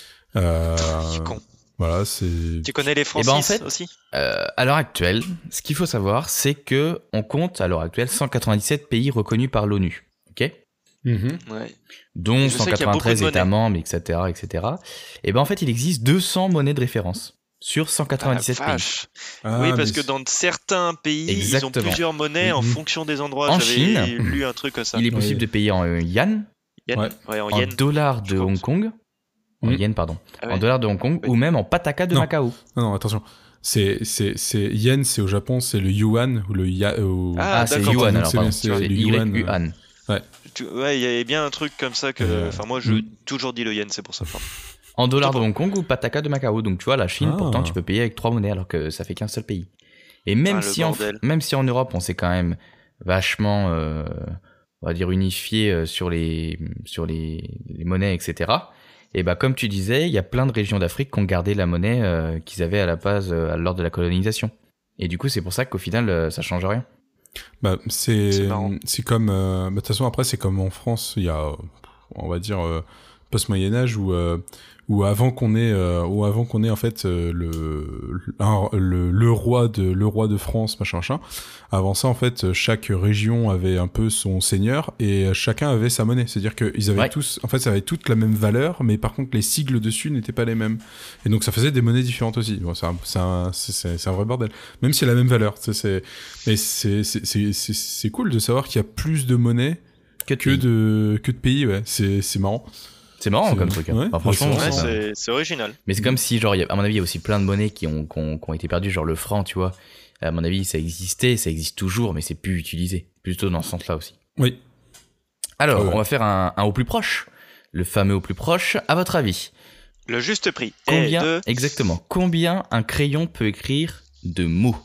S2: Euh,
S3: C'est con.
S2: voilà, c'est.
S3: Tu connais les Francis
S1: ben, en fait,
S3: aussi
S1: Euh, à l'heure actuelle, ce qu'il faut savoir, c'est que on compte à l'heure actuelle cent quatre-vingt-dix-sept pays reconnus par l'ONU, ok,
S2: Mhm.
S3: Ouais.
S1: dont
S3: Je sais qu'il y a
S1: cent quatre-vingt-treize
S3: beaucoup de
S1: États
S3: monnaies.
S1: membres, et cetera, et cetera. Et ben en fait, il existe deux cents monnaies de référence sur cent
S3: Ah, la
S1: quatre-vingt-dix-sept pays.
S3: vache.
S2: Ah,
S3: Oui, parce
S2: mais
S3: que
S2: c'est-
S3: dans certains pays, ils ont
S1: Exactement.
S3: plusieurs monnaies en
S2: Mhm.
S3: fonction des endroits.
S1: En
S3: J'avais
S1: Chine,
S3: lu un truc comme ça.
S1: Il est possible
S2: Oui.
S1: de payer en euh, yuan,
S3: Yen
S2: Ouais.
S3: Ouais, en
S1: en
S3: yen.
S1: dollars
S3: je
S1: de
S3: pense.
S1: Hong Kong, en
S2: Mhm.
S1: yen pardon,
S3: Ah
S1: en
S3: ouais.
S1: dollars de Hong Kong,
S3: Oui.
S1: ou même en pataka de
S2: Non.
S1: Macao.
S2: Non, non, attention. C'est, c'est, c'est yen, c'est au Japon, c'est le yuan ou le ya. Ou...
S3: Ah,
S1: Ah, c'est
S3: d'accord.
S1: yuan
S2: Donc,
S1: alors
S2: c'est-
S1: pardon,
S2: c'est
S1: c'est
S2: le yuan,
S1: Y U A N.
S3: Tu- Ouais, il y avait bien un truc comme ça que.
S2: Euh,
S3: Enfin, moi, je
S2: mm.
S3: toujours dit le yen, c'est pour ça. pardon.
S1: En dollars
S3: Je
S1: de
S3: sais
S1: Hong Kong ou pataka de Macao. Donc tu vois, la Chine,
S2: Ah.
S1: pourtant, tu peux payer avec trois monnaies alors que ça fait qu'un seul pays. Et même,
S3: Ah, le
S1: si en,
S3: bordel.
S1: même si en Europe, on s'est quand même vachement, euh, on va dire, unifié euh, sur les, sur les, les monnaies, et cetera. Et bah, comme tu disais, il y a plein de régions d'Afrique qui ont gardé la monnaie euh, qu'ils avaient à la base euh, lors de la colonisation. Et du coup, c'est pour ça qu'au final, euh, ça change rien.
S2: Bah, c'est,
S3: C'est marrant.
S2: c'est comme, euh, bah, de toute façon, après, c'est comme en France, il y a, euh, on va dire, euh, post-Moyen-Âge où, euh, où avant qu'on ait, euh, où avant qu'on ait, en fait, euh, le, un- le, le roi de, le roi de France, machin, machin. Avant ça, en fait, chaque région avait un peu son seigneur et chacun avait sa monnaie. C'est-à-dire qu'ils avaient
S1: Ouais.
S2: tous, en fait, ça avait toute la même valeur, mais par contre, les sigles dessus n'étaient pas les mêmes. Et donc, ça faisait des monnaies différentes aussi. Bon, c'est un, c'est un, c'est, c'est- c'est un vrai bordel. Même si c'est la même valeur. C'est, c'est, mais c'est, c'est, c'est, c'est, c'est cool de savoir qu'il y a plus de monnaies
S1: Que, de
S2: que
S1: pays.
S2: de, que de pays, ouais. C'est, c'est marrant.
S1: C'est marrant
S2: c'est-
S1: comme truc. hein.
S2: ouais,
S1: Enfin, franchement,
S2: ouais,
S3: Ouais,
S1: c'est-
S3: c'est c'est original.
S1: mais c'est comme si, genre, il y a- à mon avis, il y a aussi plein de monnaies qui ont, qui ont, qui ont été perdues, genre le franc, tu vois. À mon avis, ça existait, ça existe toujours, mais c'est plus utilisé. Plutôt dans ce sens-là aussi.
S2: Oui.
S1: Alors,
S2: Ah ouais.
S1: on va faire un, un au plus proche. Le fameux au plus proche. À votre avis,
S3: Le juste prix est
S1: combien,
S3: de.
S1: exactement, combien un crayon peut écrire de mots?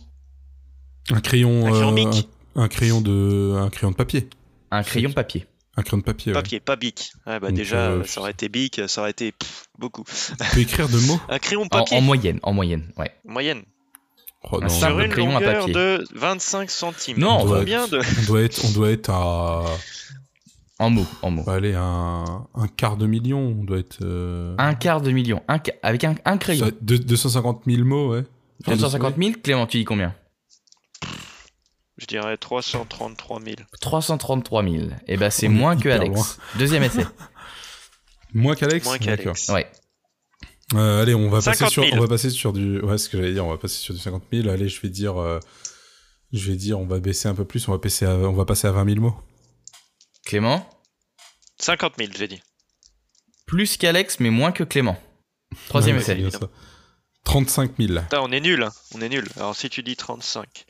S2: Un crayon,
S3: Un crayon
S2: euh,
S3: bic.
S2: un, un crayon de, un crayon de papier.
S1: Un crayon papier.
S2: Un crayon de papier, ouais.
S3: Papier, pas bic. Ouais, bah
S2: Donc,
S3: déjà,
S2: euh,
S3: ça aurait été bic, ça aurait été pff, beaucoup.
S2: On peut écrire de mots.
S3: Un crayon
S1: En,
S3: papier,
S1: en moyenne, en moyenne, ouais.
S3: moyenne.
S2: Oh,
S1: Un
S2: non,
S1: simple
S3: Sur une
S1: crayon à
S3: longueur
S1: papier.
S3: de vingt-cinq centimes.
S1: Non,
S2: on
S3: combien de.
S2: On doit être, on doit être à,
S1: En mots, en mots.
S2: allez, un, un quart de million. On doit être, euh,
S1: Un quart de million, un, ca- avec un, un crayon.
S2: ça- deux- deux cent cinquante mille mots, ouais. Enfin,
S1: deux cent cinquante mille, Clément, tu dis combien?
S3: Je dirais trois cent trente-trois mille.
S1: trois cent trente-trois mille. Et ben, c'est
S2: On est
S1: moins que
S2: hyper
S1: Alex.
S2: loin.
S1: Deuxième essai.
S2: Moins qu'Alex.
S3: Moins
S2: D'accord.
S3: qu'Alex.
S1: Ouais.
S2: Euh, allez, on va passer
S3: cinquante
S2: sur,
S3: mille.
S2: on va passer sur du, ouais, ce que j'allais dire, on va passer sur du cinquante mille. Allez, je vais dire, euh, je vais dire, on va baisser un peu plus, on va passer à, on va passer à vingt mille mots.
S1: Clément?
S3: cinquante mille, j'ai dit.
S1: Plus qu'Alex, mais moins que Clément. Troisième
S2: Ouais, c'est
S1: essai.
S2: bien ça. trente-cinq mille.
S3: Putain, on est nul, hein. On est nul. Alors si tu dis trente-cinq.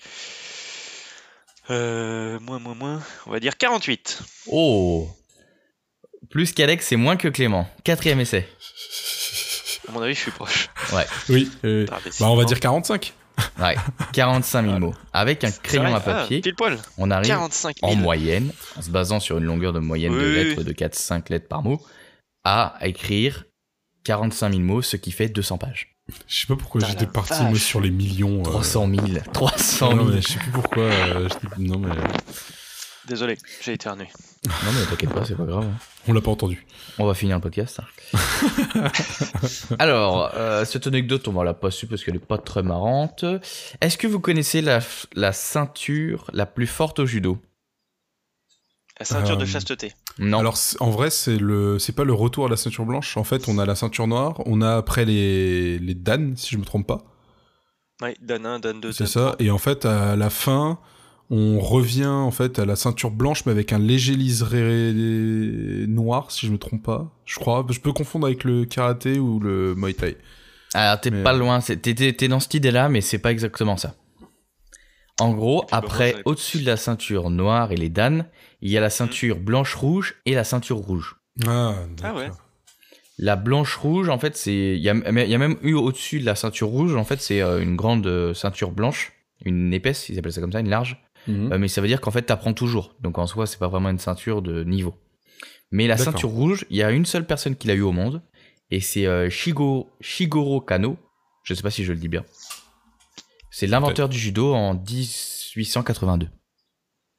S3: Euh, moins, moins, moins. On va dire quarante-huit.
S1: Oh. Plus qu'Alex, c'est moins que Clément. Quatrième essai.
S3: À mon avis, je suis proche.
S1: Ouais.
S2: Oui. euh,
S3: Ah,
S2: bah, on va
S3: décidément.
S2: dire quarante-cinq.
S1: Ouais. quarante-cinq mille mots. Avec un
S3: C'est
S1: crayon
S3: vrai
S1: à
S3: Ah,
S1: papier,
S3: pile poil.
S1: on arrive
S3: quarante-cinq
S1: en
S3: mille.
S1: moyenne, en se basant sur une longueur de moyenne de
S3: Oui,
S1: lettres
S3: oui.
S1: de quatre à cinq lettres par mot, à écrire quarante-cinq mille mots, ce qui fait deux cents pages.
S2: Je sais pas pourquoi
S3: Putain,
S2: j'étais
S3: la
S2: parti
S3: vache.
S2: moi sur les millions. euh,
S1: trois cent mille. trois cent
S2: Non, mais
S1: mille.
S2: je sais plus pourquoi. euh, je dis- non mais
S3: Désolé, j'ai éternué.
S1: Non mais t'inquiète pas, c'est pas grave. hein.
S2: on l'a pas entendu.
S1: On va finir le podcast. hein. Alors, euh, cette anecdote, on va la passer parce qu'elle est pas très marrante. Est-ce que vous connaissez la, la ceinture la plus forte au judo?
S3: La ceinture de
S2: Euh,
S3: chasteté.
S1: Non.
S2: Alors c'est- en vrai c'est le, c'est pas le retour à la ceinture blanche. En fait on a la ceinture noire, on a après les les Dan si je me trompe pas.
S3: Oui, Dan un, Dan deux,
S2: C'est
S3: Dan
S2: ça.
S3: trois.
S2: Et en fait à la fin on revient en fait à la ceinture blanche mais avec un léger liseré noir si je me trompe pas. Je crois. Je peux confondre avec le karaté ou le Muay Thai.
S1: Alors, t'es
S2: Mais-
S1: pas loin. c'est- T'es, t'es- t'es dans cette idée-là, mais c'est pas exactement ça. En gros,
S3: puis, bah, moi,
S1: après,
S3: j'avais pas
S1: au-dessus de la ceinture noire et les danes, il y a la ceinture blanche-rouge et la ceinture rouge.
S2: Ah,
S3: Ah ouais.
S2: d'accord.
S1: La blanche-rouge, en fait, c'est. Il y a, il y a même eu au-dessus de la ceinture rouge, en fait, c'est euh, une grande euh, ceinture blanche, une épaisse, ils appellent ça comme ça, une large.
S2: Mhm.
S1: Euh, mais ça veut dire qu'en fait, t'apprends toujours. Donc en soi, c'est pas vraiment une ceinture de niveau. Mais la
S2: D'accord.
S1: ceinture rouge, il y a une seule personne qui l'a eu au monde, et c'est euh, Shigo, Shigoro Kano. Je sais pas si je le dis bien. C'est l'inventeur du judo en dix-huit cent quatre-vingt-deux.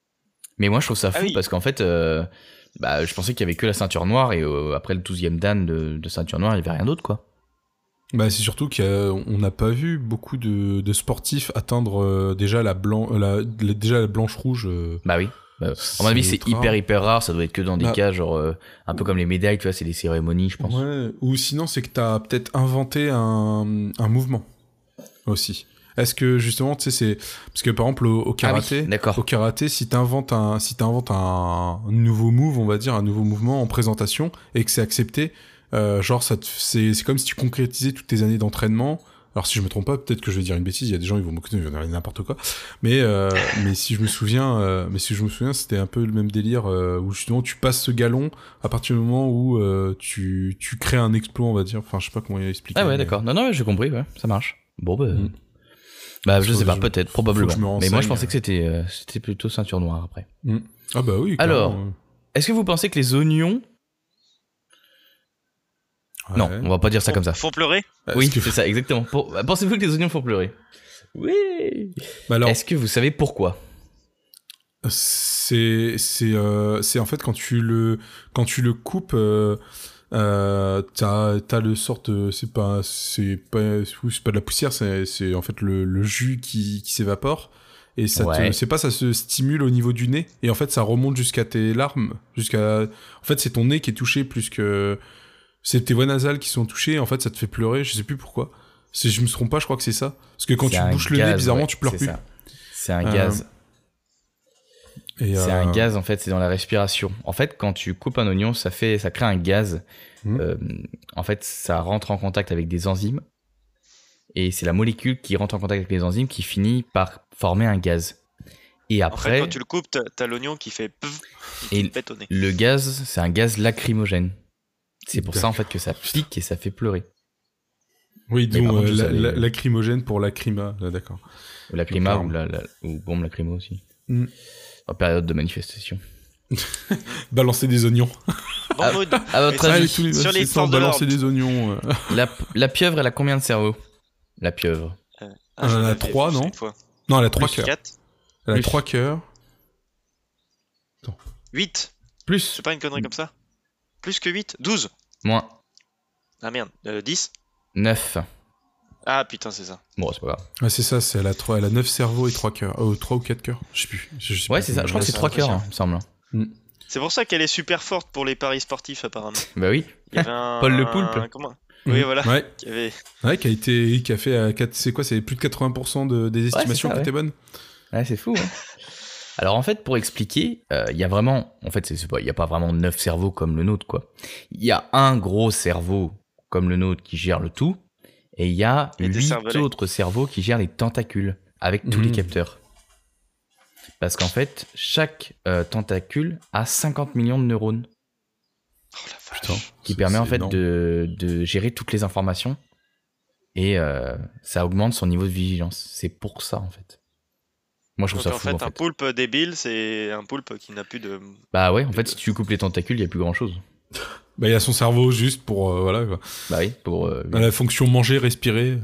S1: Mais moi, je trouve ça fou
S3: Ah oui.
S1: parce qu'en fait, euh, bah, je pensais qu'il y avait que la ceinture noire et euh, après le douzième dan de, de ceinture noire, il y avait rien d'autre, quoi.
S2: Bah, c'est surtout qu'on n'a pas vu beaucoup de, de sportifs atteindre euh, déjà la blanc, euh, la, la- déjà la blanche rouge. euh,
S1: Bah oui. Bah, à mon avis, c'est
S2: ultra
S1: hyper,
S2: rare.
S1: hyper rare. Ça doit être que dans des
S2: Bah.
S1: cas, genre, euh, un peu comme les médailles, tu vois, c'est des cérémonies, je pense.
S2: Ouais. Ou sinon, c'est que t'as peut-être inventé un, un mouvement aussi. Est-ce que justement, tu sais, c'est parce que par exemple au, au karaté,
S1: Ah oui, d'accord.
S2: au karaté, si t'inventes un, si t'inventes un, un nouveau move, on va dire un nouveau mouvement en présentation et que c'est accepté, euh, genre ça, te- c'est, c'est comme si tu concrétisais toutes tes années d'entraînement. Alors si je me trompe pas, peut-être que je vais dire une bêtise. Il y a des gens ils vont m'écouter, ils vont dire n'importe quoi. Mais euh, mais si je me souviens, euh, mais si je me souviens, c'était un peu le même délire euh, où justement tu passes ce galon à partir du moment où euh, tu tu crées un exploit, on va dire. Enfin, je sais pas comment expliquer.
S1: Ah ouais,
S2: mais-
S1: d'accord. Non, non, mais j'ai compris, ouais, ça marche. Bon, bah.
S2: Mm.
S1: Bah, je
S2: Faut
S1: sais
S2: que
S1: pas,
S2: je-
S1: peut-être,
S2: faut que
S1: probablement.
S2: je me
S1: Mais moi, je
S2: renseigne.
S1: pensais que c'était, euh, c'était plutôt ceinture noire après.
S2: Ah bah oui.
S1: Alors,
S2: clairement, ouais.
S1: Est-ce que vous pensez que les oignons. Non,
S2: Ouais.
S1: on va pas dire ça
S3: Font-
S1: comme ça.
S3: Font pleurer.
S2: Est-ce
S1: Oui,
S2: que-
S1: c'est ça, exactement. Pour- Pensez-vous que les oignons font pleurer? Oui.
S2: Bah alors,
S1: Est-ce que vous savez pourquoi?
S2: c'est c'est euh, c'est en fait quand tu le quand tu le coupes, euh, euh, t'as t'as le sorte, euh, c'est pas c'est pas c'est pas de la poussière, c'est c'est en fait le le jus qui qui s'évapore. Et ça
S1: Ouais.
S2: te, c'est pas, ça se stimule au niveau du nez, et en fait ça remonte jusqu'à tes larmes, jusqu'à, en fait c'est ton nez qui est touché plus que, c'est tes voies nasales qui sont touchées, en fait ça te fait pleurer, je sais plus pourquoi. Si je me trompe pas, je crois que c'est ça. Parce que quand
S1: C'est
S2: tu
S1: un
S2: bouches le
S1: gaz,
S2: nez, bizarrement
S1: ouais,
S2: tu pleures
S1: c'est
S2: plus.
S1: ça. C'est un
S2: Euh,
S1: gaz.
S2: Et,
S1: C'est
S2: euh,
S1: un gaz, en fait, c'est dans la respiration. En fait, quand tu coupes un oignon, ça fait, ça crée un gaz.
S2: Mhm.
S1: Euh, en fait, ça rentre en contact avec des enzymes. Et c'est la molécule qui rentre en contact avec les enzymes qui finit par former un gaz. Et
S3: En fait,
S1: après,
S3: quand tu le coupes, t'as, t'as l'oignon qui fait pff, et
S1: Et-
S3: qui te pète au nez.
S1: le gaz, c'est un gaz lacrymogène. C'est pour ça, en fait, que ça pique et ça fait pleurer.
S2: Oui,
S1: Mais par
S2: d'où
S1: contre,
S2: euh,
S1: vous
S2: la-
S1: savez-
S2: la- lacrymogène pour lacryma, là, d'accord.
S1: Ou lacryma
S2: Clairement.
S1: ou, la, la- ou bombe lacrymo aussi.
S2: Mm.
S1: En période de manifestation.
S2: Balancer des oignons.
S3: Bon,
S1: Ah,
S3: Maud,
S1: À votre
S3: Mais ça,
S1: avis,
S2: Allez, tous les
S3: sur les
S2: c'est ça,
S3: forces de
S2: balancer
S3: l'ordre.
S2: des oignons. euh.
S1: la, la pieuvre, elle a combien de cerveaux? La pieuvre.
S3: ah,
S2: On en
S3: je
S2: a
S3: l'avais
S2: trois,
S3: vu
S2: non
S3: cette fois.
S2: Non, elle a trois
S3: Plus
S2: cœurs.
S3: quatre.
S2: Elle a
S1: Plus.
S2: trois cœurs.
S3: huit.
S1: Plus.
S3: C'est pas une connerie comme ça. Plus que huit. douze.
S1: Moins.
S3: Ah merde. Euh, dix.
S1: neuf.
S3: Ah putain, c'est ça.
S1: Bon, c'est pas grave.
S2: Ouais, c'est ça, c'est elle a trois, elle a neuf cerveaux et trois cœurs. Oh, trois ou quatre cœurs. Je sais plus. Je, je sais
S1: Ouais,
S2: plus
S1: c'est ça. Je crois que c'est
S3: ça,
S1: trois
S3: ça,
S1: cœurs,
S3: ça.
S1: hein, il me semble.
S3: C'est pour ça qu'elle est super forte pour les paris sportifs, apparemment.
S1: Bah oui.
S3: Il y avait un...
S1: Paul le Poulpe.
S3: un- Comment Oui,
S2: Mhm.
S3: voilà.
S2: Ouais.
S3: Qui avait...
S2: Ouais, qui a été, qui a fait, euh, quatre- c'est quoi, c'est plus de quatre-vingts pour cent de, des estimations
S1: ça,
S2: qui
S1: ouais.
S2: étaient bonnes.
S1: Ouais, c'est fou. Hein. Alors en fait, pour expliquer, euh, il y a vraiment, en fait, c'est c'est pas, il y a pas vraiment neuf cerveaux comme le nôtre, quoi. Il y a un gros cerveau comme le nôtre qui gère le tout, et il y a
S3: Et des
S1: huit
S3: cervelets.
S1: autres cerveaux qui gèrent les tentacules avec tous les
S2: Mhm.
S1: capteurs. Parce qu'en fait, chaque euh, tentacule a cinquante millions de neurones,
S3: Oh la vache.
S2: Putain.
S1: qui
S2: C'est-
S1: permet en
S2: c'est
S1: fait
S2: énorme.
S1: de, de gérer toutes les informations, et euh, ça augmente son niveau de vigilance. C'est pour ça en fait. Moi je trouve
S3: Donc
S1: ça
S3: en
S1: fou
S3: fait,
S1: en fait.
S3: un poulpe débile, c'est un poulpe qui n'a plus de...
S1: Bah ouais, en fait si tu coupes les tentacules, il y a plus grand chose.
S2: Bah, il y a son cerveau juste pour, euh, voilà, quoi.
S1: Bah oui, pour... euh,
S2: À la fonction manger, respirer.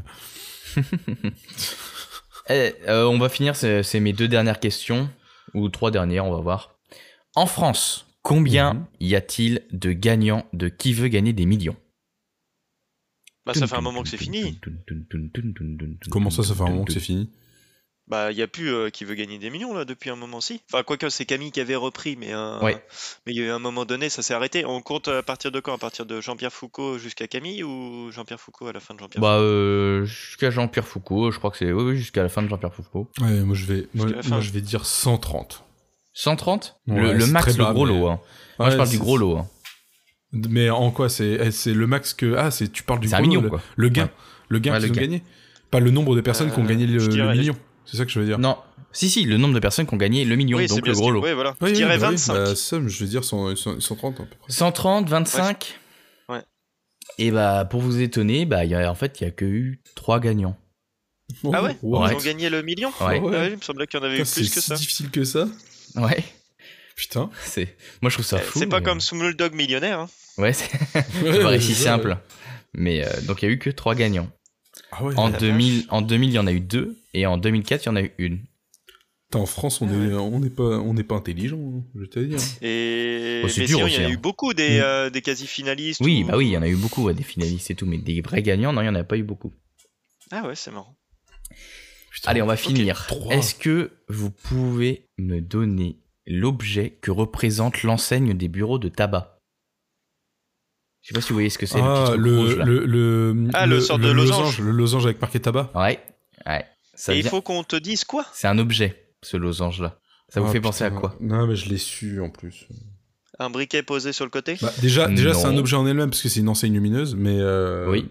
S1: Eh, euh, on va finir, c'est c'est mes deux dernières questions, ou trois dernières, on va voir. En France, combien
S2: Mhm.
S1: y a-t-il de gagnants de Qui veut gagner des millions?
S3: Bah ça fait un moment que c'est fini.
S2: Comment ça, ça fait un moment que c'est fini?
S3: Bah il y a plus euh, qui veut gagner des millions là depuis un moment si. Enfin quoique c'est Camille qui avait repris mais euh,
S1: Ouais.
S3: mais il y a eu un moment donné ça s'est arrêté. On compte à partir de quand? À partir de Jean-Pierre Foucault jusqu'à Camille ou Jean-Pierre Foucault à la fin de Jean-Pierre
S1: Bah euh, jusqu'à Jean-Pierre Foucault, je crois que c'est... Oui, oui, jusqu'à la fin de Jean-Pierre Foucault.
S2: Ouais, moi je vais, moi,
S3: Jusqu'à la fin.
S2: moi, je vais dire cent trente.
S1: cent trente?
S2: Ouais,
S1: le, le
S2: c'est
S1: max,
S2: très
S1: le
S2: bas,
S1: gros
S2: mais-
S1: lot. Hein. Moi
S2: Ouais,
S1: je parle du
S2: c'est-
S1: gros lot. Hein.
S2: Mais en quoi c'est, eh, c'est le max que, ah, c'est, tu parles du
S1: C'est un
S2: gros lot,
S1: million,
S2: le,
S1: quoi.
S2: le gain,
S1: Ouais.
S2: le gain
S1: Ouais,
S2: qu'ils
S1: le
S2: ont
S1: gain.
S2: gagné. Pas le nombre de personnes qui ont
S3: Euh,
S2: gagné le,
S3: je
S2: le
S3: dirais-
S2: million. C'est ça que je veux dire.
S1: Non, si, si, le nombre de personnes qui ont gagné le million,
S3: Oui, c'est
S1: donc
S3: bien
S1: le
S3: ce
S1: gros
S3: qui-
S1: lot.
S3: ouais, voilà.
S2: Oui,
S3: Je dirais
S2: oui, bah oui,
S3: vingt-cinq.
S2: bah, ça, je veux dire cent, cent, cent trente à peu près.
S1: cent trente, vingt-cinq.
S3: Ouais.
S1: Et bah pour vous étonner, bah y a, en fait il y a que eu trois gagnants.
S3: Ah ouais,
S1: Ouais.
S3: Ils ont gagné le million.
S1: Ouais.
S3: Ah ouais, il me semblait qu'il y en avait eu
S2: Putain, c'est
S3: plus que
S2: si
S3: ça.
S2: difficile que ça.
S1: Ouais.
S2: Putain.
S1: C'est, moi je trouve ça
S3: Eh,
S1: fou.
S3: C'est pas
S1: mais-
S3: comme Dog millionnaire. Hein.
S1: Ouais, c'est, c'est
S2: Ouais,
S1: pas
S2: ouais,
S1: si
S2: c'est ça,
S1: simple.
S2: ouais.
S1: Mais euh, donc il y a eu que trois gagnants.
S2: Ah ouais.
S1: En
S3: la
S1: deux mille, en deux mille, il y en a eu deux, et en deux mille quatre, il y en a eu une.
S2: En France, on est, on n'est pas, on n'est pas intelligent, hein, je vais te dire.
S3: Et
S1: Oh, c'est
S3: mais
S1: dur
S3: sinon, il y en a
S1: aussi,
S3: eu
S1: hein.
S3: beaucoup des,
S2: Mm.
S3: euh, des quasi-finalistes.
S1: Oui,
S3: ou-
S1: bah oui, il y en a eu beaucoup, ouais, des finalistes et tout, mais des vrais gagnants, non, il y en a pas eu beaucoup.
S3: Ah ouais, c'est marrant.
S2: Putain.
S1: Allez, on va
S3: Ok.
S1: finir.
S2: Trois.
S1: Est-ce que vous pouvez me donner l'objet que représente l'enseigne des bureaux de tabac? Je sais pas si vous voyez ce que c'est, le petit
S2: Ah,
S1: truc
S2: le,
S1: rouge là.
S2: le, le,
S3: Ah, le sort de losange.
S2: Le losange avec marqué tabac.
S1: Ouais, ouais. Ça
S3: Et il
S1: vient-
S3: faut qu'on te dise quoi?
S1: C'est un objet, ce losange-là. Ça vous
S2: Ah,
S1: fait penser à
S2: putain.
S1: quoi?
S2: Non, mais je l'ai su en plus.
S3: Un briquet posé sur le côté?
S2: Bah, déjà, déjà
S1: Non.
S2: c'est un objet en elle-même parce que c'est une enseigne lumineuse, mais. Euh,
S1: Oui.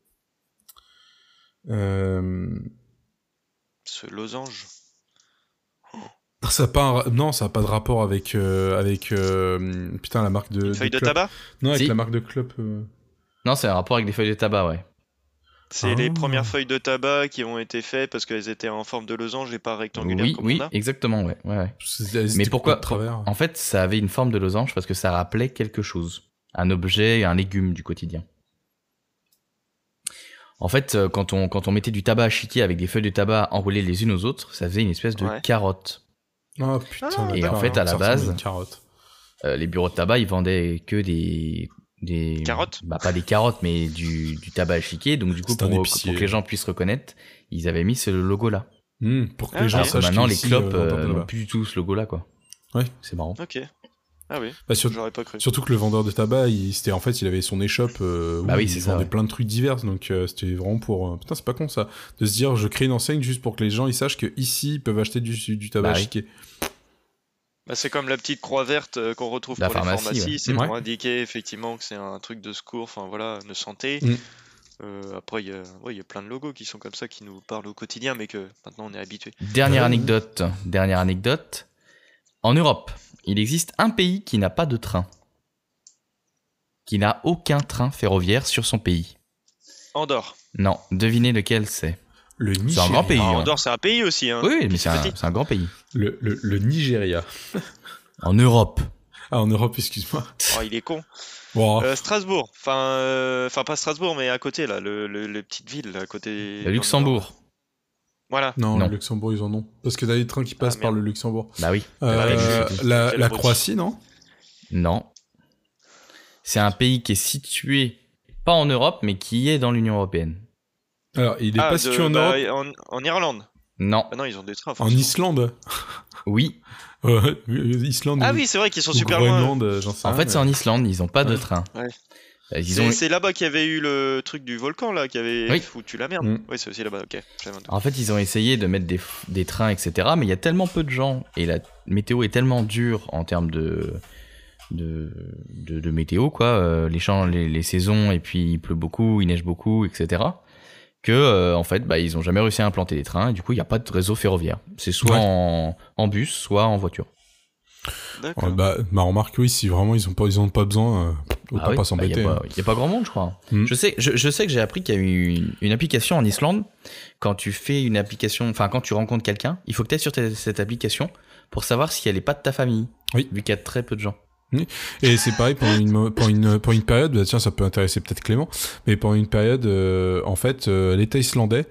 S2: Euh,
S3: Ce losange.
S2: ça a pas un ra- non, ça a pas de rapport avec euh, avec euh, putain la marque de.
S3: Une feuille de
S2: clope.
S3: tabac?
S2: Non, avec
S1: Si.
S2: la marque de clope. euh.
S1: Non, c'est un rapport avec des feuilles de tabac, ouais.
S3: C'est
S2: Ah.
S3: les premières feuilles de tabac qui ont été faites parce qu'elles étaient en forme de losange et pas rectangulaires
S1: Oui,
S3: comme
S1: oui,
S3: on a.
S1: exactement, ouais, ouais, ouais.
S2: C'est- elles
S1: Mais
S2: étaient
S1: pourquoi
S2: coupées de travers.
S1: En fait, ça avait une forme de losange parce que ça rappelait quelque chose. Un objet, un légume du quotidien. En fait, euh, quand on, quand on mettait du tabac à chiquer avec des feuilles de tabac enroulées les unes aux autres, ça faisait une espèce de
S3: Ouais.
S1: carotte.
S2: Ah putain.
S3: Ah.
S2: d'accord,
S1: Et en fait, à la
S2: ça ressemble
S1: base-
S2: une carotte.
S1: Euh, les bureaux de tabac, ils vendaient que des... des
S3: Carottes?
S1: Bah pas des carottes, mais du, du tabac à chiquer. Donc du coup,
S2: C'est un
S1: pour,
S2: épicier.
S1: pour que les gens puissent reconnaître, ils avaient mis ce logo-là.
S2: Hmm, pour que
S3: Ah,
S2: les gens
S3: ok.
S1: Alors que
S2: sachent
S1: maintenant, les
S2: qu'ici,
S1: clopes
S2: euh,
S1: euh,
S2: vendeur de
S1: n'ont
S2: tabac.
S1: plus du tout ce logo-là, quoi.
S2: Ouais.
S1: C'est marrant.
S3: Ok. Ah oui,
S2: Bah, sur-
S3: j'aurais pas cru.
S2: Surtout que le vendeur de tabac, il, c'était en fait, il avait son échoppe euh, où
S1: Bah oui,
S2: il
S1: c'est ça,
S2: vendait
S1: ouais.
S2: plein de trucs divers, donc euh, c'était vraiment pour. euh, Putain, c'est pas con ça, de se dire, je crée une enseigne juste pour que les gens ils sachent que ici ils peuvent acheter du, du tabac
S1: Bah oui.
S2: chiqué.
S3: Bah, c'est comme la petite croix verte euh, qu'on retrouve
S1: La
S3: pour les
S1: pharmacie,
S3: pharmacies,
S1: ouais.
S3: c'est
S2: Ouais.
S3: pour indiquer effectivement que c'est un truc de secours, enfin voilà, de santé.
S2: Mm.
S3: Euh, après, il y, a... ouais, il y a plein de logos qui sont comme ça, qui nous parlent au quotidien, mais que maintenant on est habitué.
S1: Dernière
S2: Ouais.
S1: anecdote. Dernière anecdote. En Europe, il existe un pays qui n'a pas de train. Qui n'a aucun train ferroviaire sur son pays.
S3: Andorre.
S1: Non, devinez lequel c'est.
S2: Le
S1: C'est un
S2: Nigeria.
S1: grand pays.
S3: Ah,
S1: hein.
S3: Andorre, c'est un pays aussi. Hein.
S1: Oui, mais c'est un,
S3: petit.
S1: c'est un grand pays.
S2: Le, le, le Nigeria.
S1: En Europe.
S2: Ah, en Europe, excuse-moi.
S3: Oh, il est con.
S2: Bon,
S3: Euh, Strasbourg. Enfin, euh, enfin pas Strasbourg, mais à côté là, le, le, le petite ville là, à côté.
S1: Le Luxembourg.
S3: Voilà.
S2: non,
S1: non.
S2: le Luxembourg, ils en ont. Parce que t'as des trains qui passent
S3: Ah,
S2: par
S3: merde.
S2: le Luxembourg.
S1: Bah oui.
S2: Euh,
S3: je-
S2: la,
S3: quelle
S2: la
S3: route.
S2: Croatie, non?
S1: Non. C'est un pays qui est situé, pas en Europe, mais qui est dans l'Union Européenne.
S2: Alors, il est
S3: Ah,
S2: pas
S3: de-
S2: situé en
S3: bah,
S2: Europe.
S3: en, en Irlande.
S1: Non.
S3: Ah non, ils ont des trains.
S2: En
S3: forcément.
S2: Islande.
S1: Oui.
S2: Ouais, Islande.
S3: Ah
S2: ou-
S3: oui, c'est vrai qu'ils sont
S2: ou
S3: super loin.
S2: Groenland, euh, j'en sais
S1: En
S2: rien,
S1: fait,
S2: mais-
S1: c'est en Islande. Ils ont pas de
S2: Ouais.
S1: train.
S3: Ouais.
S1: Euh, Ils
S3: C'est
S1: ont...
S3: c'est là-bas qu'il y avait eu le truc du volcan là, qui avait
S1: Oui.
S3: foutu la merde.
S2: Mm.
S3: Oui, c'est aussi là-bas. Ok. J'avais un doute.
S1: En fait, ils ont essayé de mettre des, f- des trains, et cetera. Mais il y a tellement peu de gens et la météo est tellement dure en termes de, de, de, de météo, quoi. Euh, les, champs, les, les saisons, et puis il pleut beaucoup, il neige beaucoup, et cetera. Que, euh, en fait, bah, ils ont jamais réussi à implanter des trains. Et du coup, il n'y a pas de réseau ferroviaire. C'est soit
S2: Ouais.
S1: en, en bus, soit en voiture.
S3: D'accord.
S2: Ouais, bah, ma remarque, oui, si vraiment ils ont pas, ils ont pas besoin, euh, autant
S1: Ah oui,
S2: pas
S1: bah,
S2: s'embêter.
S1: Il n'y a,
S2: hein.
S1: pas- y a pas grand monde, je crois.
S2: Mm.
S1: Je, sais, je, je sais que j'ai appris qu'il y a eu une, une application en Islande. Quand tu fais une application, enfin, quand tu rencontres quelqu'un, il faut que tu ailles sur ta- cette application pour savoir si elle n'est pas de ta famille.
S2: Oui.
S1: Vu qu'il y a très peu de gens.
S2: Et c'est pareil pendant une, mo- pendant une, pendant une période, bah, tiens, ça peut intéresser peut-être Clément, mais pendant une période, euh, en fait, euh, l'État islandais,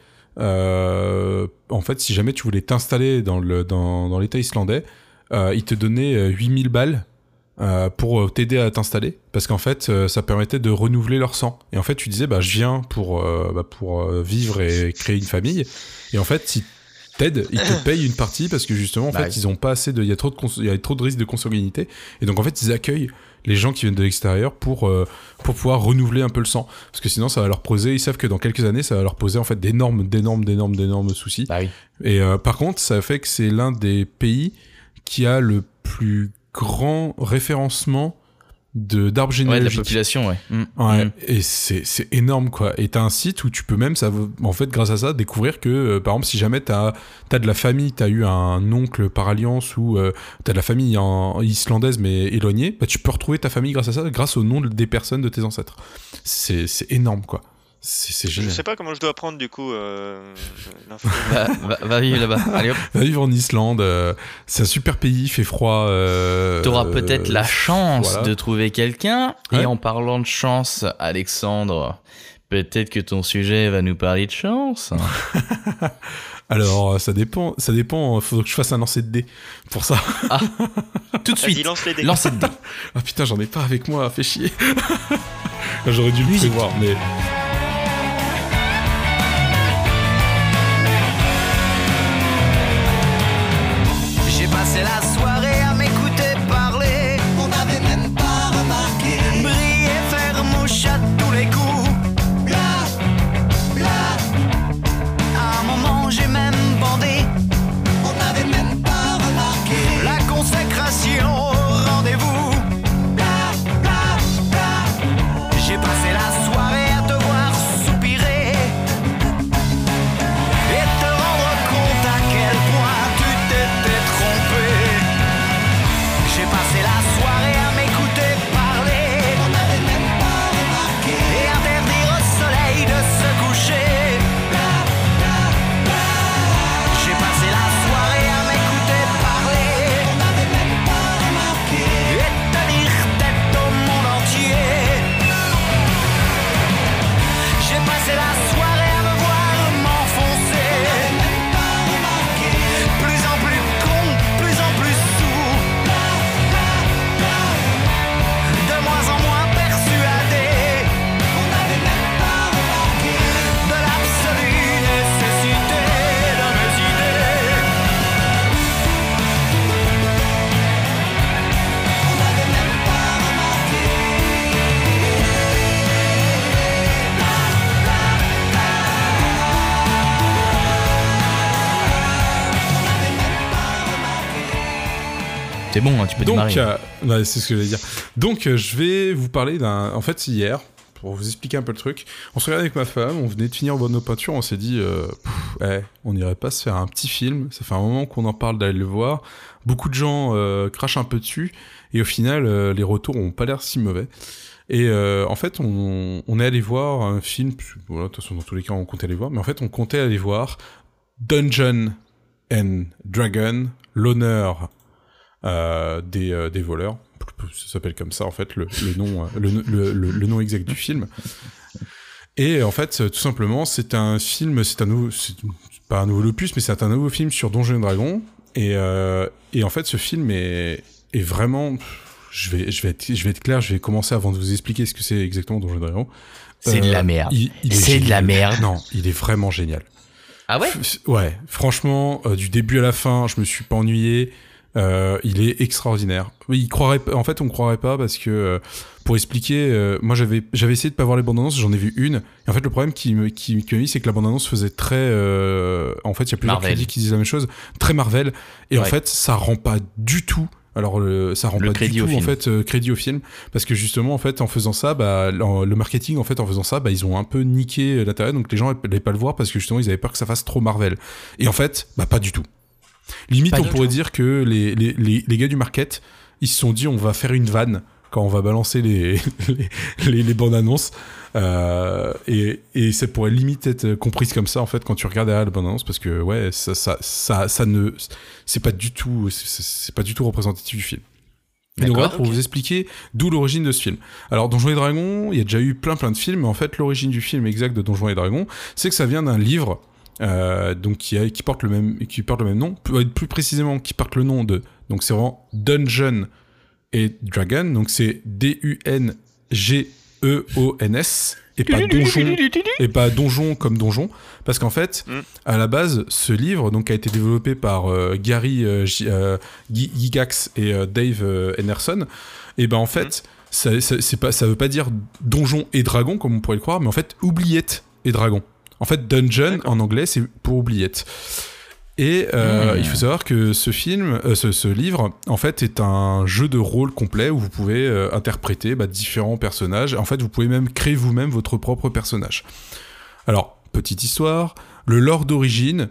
S2: euh, en fait, si jamais tu voulais t'installer dans le, dans, dans l'État islandais, euh, il te donnait euh, huit mille balles, euh, pour euh, t'aider à t'installer, parce qu'en fait, euh, ça permettait de renouveler leur sang. Et en fait, tu disais, bah, je viens pour, euh, bah, pour euh, vivre et créer une famille. Et en fait, si t'aident, ils te payent une partie parce que justement, en
S1: Bah
S2: fait,
S1: oui.
S2: ils ont pas assez de, il y a trop de, cons- il y a trop de risques de consanguinité. Et donc, en fait, ils accueillent les gens qui viennent de l'extérieur pour, euh, pour pouvoir renouveler un peu le sang. Parce que sinon, ça va leur poser, ils savent que dans quelques années, ça va leur poser, en fait, d'énormes, d'énormes, d'énormes, d'énormes soucis.
S1: Bah oui.
S2: Et euh, par contre, ça fait que c'est l'un des pays qui a le plus grand référencement de d'arbres
S1: Ouais, de la
S2: généalogiques.
S1: population, ouais. Mm.
S2: Ouais,
S1: Mm.
S2: et c'est c'est énorme quoi. Et t'as un site où tu peux même, ça, va- en fait, grâce à ça, découvrir que, euh, par exemple, si jamais t'as t'as de la famille, t'as eu un oncle par alliance ou euh, t'as de la famille en, islandaise mais éloignée, bah tu peux retrouver ta famille grâce à ça, grâce au nom des personnes de tes ancêtres. C'est c'est énorme quoi. C'est c'est
S3: Je
S2: génial.
S3: sais pas comment je dois prendre du coup euh, l'info.
S1: Va, va, va vivre là-bas. Allez hop.
S2: Va vivre en Islande, euh, c'est un super pays, il fait froid. Euh,
S1: T'auras peut-être la chance
S2: voilà.
S1: de trouver quelqu'un.
S2: Ouais.
S1: Et en parlant de chance, Alexandre, peut-être que ton sujet va nous parler de chance.
S2: Alors, ça dépend, ça dépend, faut que je fasse un lancer de dés pour ça.
S1: Ah, tout de suite.
S3: Vas-y, lance les dés.
S1: Lancez de dés.
S2: Ah putain, j'en ai pas avec moi, fais chier. J'aurais dû le prévoir, mais...
S7: J'ai passé la soirée à m'écouter parler. On n'avait même pas remarqué. Briller, faire mouche à tous les coups. Bla, bla. À un moment j'ai même bandé. On n'avait même pas remarqué. La consécration au rendez-vous. Bla, bla, bla. J'ai passé la soirée à te voir soupirer. Et te rendre compte à quel point tu t'étais trompé. J'ai passé la soirée à m'écouter parler. On n'avait même pas remarqué. Et interdire au soleil de se coucher. Bla, bla, bla. J'ai passé la soirée à m'écouter parler. On n'avait même pas remarqué. Et tenir tête au monde entier. J'ai passé la soirée à me voir m'enfoncer. On n'avait même pas remarqué. Plus en plus con, plus en plus sourd. Bla, bla, bla. De moins en moins persuadé. On n'avait même pas remarqué. De l'absolue nécessité de mes idées. On n'avait même pas remarqué.
S1: C'est bon, hein, tu peux
S2: Donc,
S1: démarrer.
S2: euh, ouais, c'est ce que j'allais dire. Donc, euh, je vais vous parler d'un... En fait, hier, pour vous expliquer un peu le truc, on se regardait avec ma femme, on venait de finir nos peintures, on s'est dit, euh, pff, eh, on n'irait pas se faire un petit film, ça fait un moment qu'on en parle d'aller le voir, beaucoup de gens euh, crachent un peu dessus, et au final, euh, les retours ont pas l'air si mauvais. Et euh, en fait, on, on est allé voir un film, voilà, de toute façon, dans tous les cas, on comptait aller voir, mais en fait, on comptait aller voir Dungeon and Dragon, l'honneur euh, des, euh, des voleurs. Ça s'appelle comme ça, en fait, le, le, nom, le, le, le, le nom exact du film. Et en fait, tout simplement, c'est un film, c'est un nouveau, c'est pas un nouveau opus, mais c'est un nouveau film sur Donjons et Dragons. Et, euh, et en fait, ce film est, est vraiment... Je vais, je, vais être, je vais être clair, je vais commencer avant de vous expliquer ce que c'est exactement Donjons et Dragons.
S1: C'est
S2: Euh,
S1: de la merde.
S2: il- il est
S1: C'est de la
S2: génial.
S1: merde.
S2: Non, il est vraiment génial.
S1: Ah ouais
S2: F- Ouais, franchement, euh, du début à la fin, je me suis pas ennuyé. Euh, il est extraordinaire. Il croirait, pas- en fait, on croirait pas parce que euh, pour expliquer, euh, moi j'avais j'avais essayé de pas voir les bandes annonces, j'en ai vu une. Et en fait, le problème qui me qui, qui m'a mis, c'est que la bande annonce faisait très, euh, en fait, il y a plusieurs
S1: Marvel.
S2: critiques qui disent la même chose, très Marvel. Et en
S1: Ouais.
S2: fait, ça rend pas du tout. Alors euh, ça rend
S1: Le
S2: pas
S1: crédit
S2: du
S1: au
S2: tout en
S1: film.
S2: fait euh, crédit au film parce que justement en fait en faisant ça bah en- le marketing en fait en faisant ça bah ils ont un peu niqué euh, l'intérêt, donc les gens n'allaient pas le voir parce que justement ils avaient peur que ça fasse trop Marvel. Et en fait bah pas du tout. Limite
S1: Pas
S2: on
S1: du
S2: pourrait
S1: tout.
S2: dire que les, les, les, les gars du market ils se sont dit on va faire une vanne quand on va balancer les les, les, les bandes annonces euh, et, et ça pourrait limite être comprise comme ça en fait quand tu regardes derrière la bande annonce parce que ouais ça ça ça, ça ne c'est pas du tout c'est, c'est pas du tout représentatif du film. Et donc
S1: D'accord,
S2: voilà, pour
S3: ok.
S2: vous expliquer d'où l'origine de ce film. Alors Donjons et Dragons, il y a déjà eu plein plein de films, mais en fait l'origine du film exact de Donjons et Dragons, c'est que ça vient d'un livre euh, donc qui, a, qui porte le même qui porte le même nom, plus, plus précisément qui porte le nom de donc c'est vraiment Dungeon et Dragon, donc c'est D U N G E O N S et pas donjon et pas donjon comme donjon parce qu'en fait
S3: Mm.
S2: à la base ce livre donc a été développé par euh, Gary euh, G- euh, Guy- Gygax et euh, Dave euh, Henderson et ben en fait ça, ça, c'est pas, ça veut pas dire donjon et dragon comme on pourrait le croire, mais en fait oubliette et dragon. En fait dungeon
S3: D'accord.
S2: en anglais c'est pour oubliette. Et euh,
S1: Mmh.
S2: il faut savoir que ce film, euh, ce, ce livre, en fait, est un jeu de rôle complet où vous pouvez euh, interpréter bah, différents personnages. En fait, vous pouvez même créer vous-même votre propre personnage. Alors, petite histoire, le lore d'origine,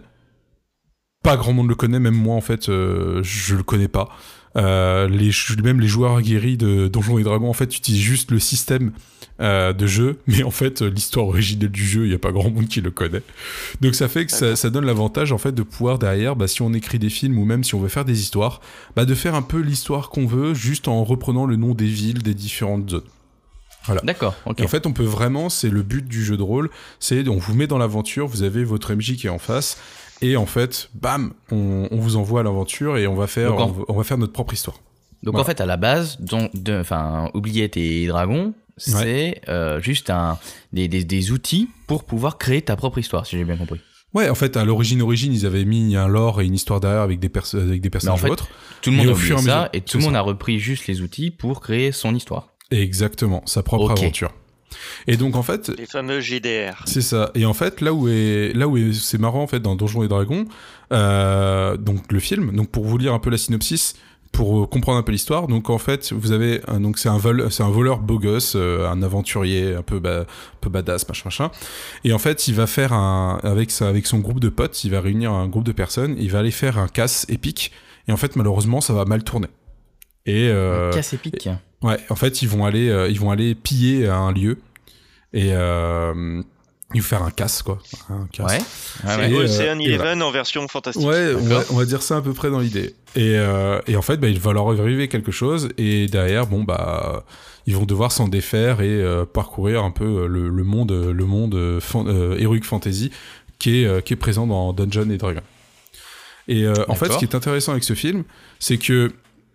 S2: pas grand monde le connaît, même moi en fait, euh, je le connais pas. Euh, les, même les joueurs aguerris de Donjons et Dragons en fait utilisent juste le système euh, de jeu, mais en fait euh, l'histoire originelle du jeu, il y a pas grand monde qui le connaît. Donc ça fait que ça, ça donne l'avantage en fait de pouvoir derrière, bah, si on écrit des films ou même si on veut faire des histoires, bah, de faire un peu l'histoire qu'on veut, juste en reprenant le nom des villes des différentes zones.
S1: D'accord, ok.
S2: Et en fait, on peut vraiment, c'est le but du jeu de rôle, c'est on vous met dans l'aventure, vous avez votre M J qui est en face, et en fait, bam, on, on vous envoie à l'aventure et on va faire,
S1: Donc, en-
S2: on, va, on va faire notre propre histoire.
S1: Donc
S2: Voilà.
S1: en fait, à la base, donc, de, enfin, Oubliette et Dragon, c'est euh, juste un, des, des, des outils pour pouvoir créer ta propre histoire, si j'ai bien compris.
S2: Ouais, en fait, à l'origine, origine, ils avaient mis un lore et une histoire derrière avec des, perso- avec des
S1: Mais en
S2: personnages
S1: fait,
S2: ou autres.
S1: tout le monde
S2: Mais
S1: a
S2: au fur
S1: oublié
S2: et à
S1: ça
S2: mesure,
S1: et tout
S2: c'est
S1: le monde
S2: ça.
S1: a repris juste les outils pour créer son histoire.
S2: Exactement, sa propre
S1: Ok.
S2: aventure. Et donc, en fait,
S3: Les fameux G D R.
S2: c'est ça. Et en fait, là où est, là où est, c'est marrant en fait dans Donjons et Dragons, euh, donc le film. Donc pour vous lire un peu la synopsis, pour euh, comprendre un peu l'histoire. Donc en fait, vous avez, un, donc c'est un vol, c'est un voleur beau gosse, euh, un aventurier un peu, ba, un peu badass, machin, machin. Et en fait, il va faire un, avec sa, avec son groupe de potes, il va réunir un groupe de personnes, il va aller faire un casse épique. Et en fait, malheureusement, ça va mal tourner. Et euh,
S1: Casse épique.
S2: ouais, en fait, ils vont aller, euh, ils vont aller piller un lieu et euh, ils vont faire un casse quoi, un casse.
S1: Ouais. Ouais,
S3: C'est
S1: ouais.
S2: Et, euh,
S3: Ocean
S2: et
S3: Eleven en version fantastique.
S2: Ouais, on va,
S1: D'accord.
S2: on va dire ça à peu près dans l'idée. Et, euh, et en fait, bah, il va leur arriver quelque chose, et derrière, bon, bah, ils vont devoir s'en défaire et euh, parcourir un peu le, le monde, le monde euh, fan, euh, Heroic Fantasy qui est, euh, qui est présent dans Dungeons et Dragons. Et euh, en fait, ce qui est intéressant avec ce film, c'est que,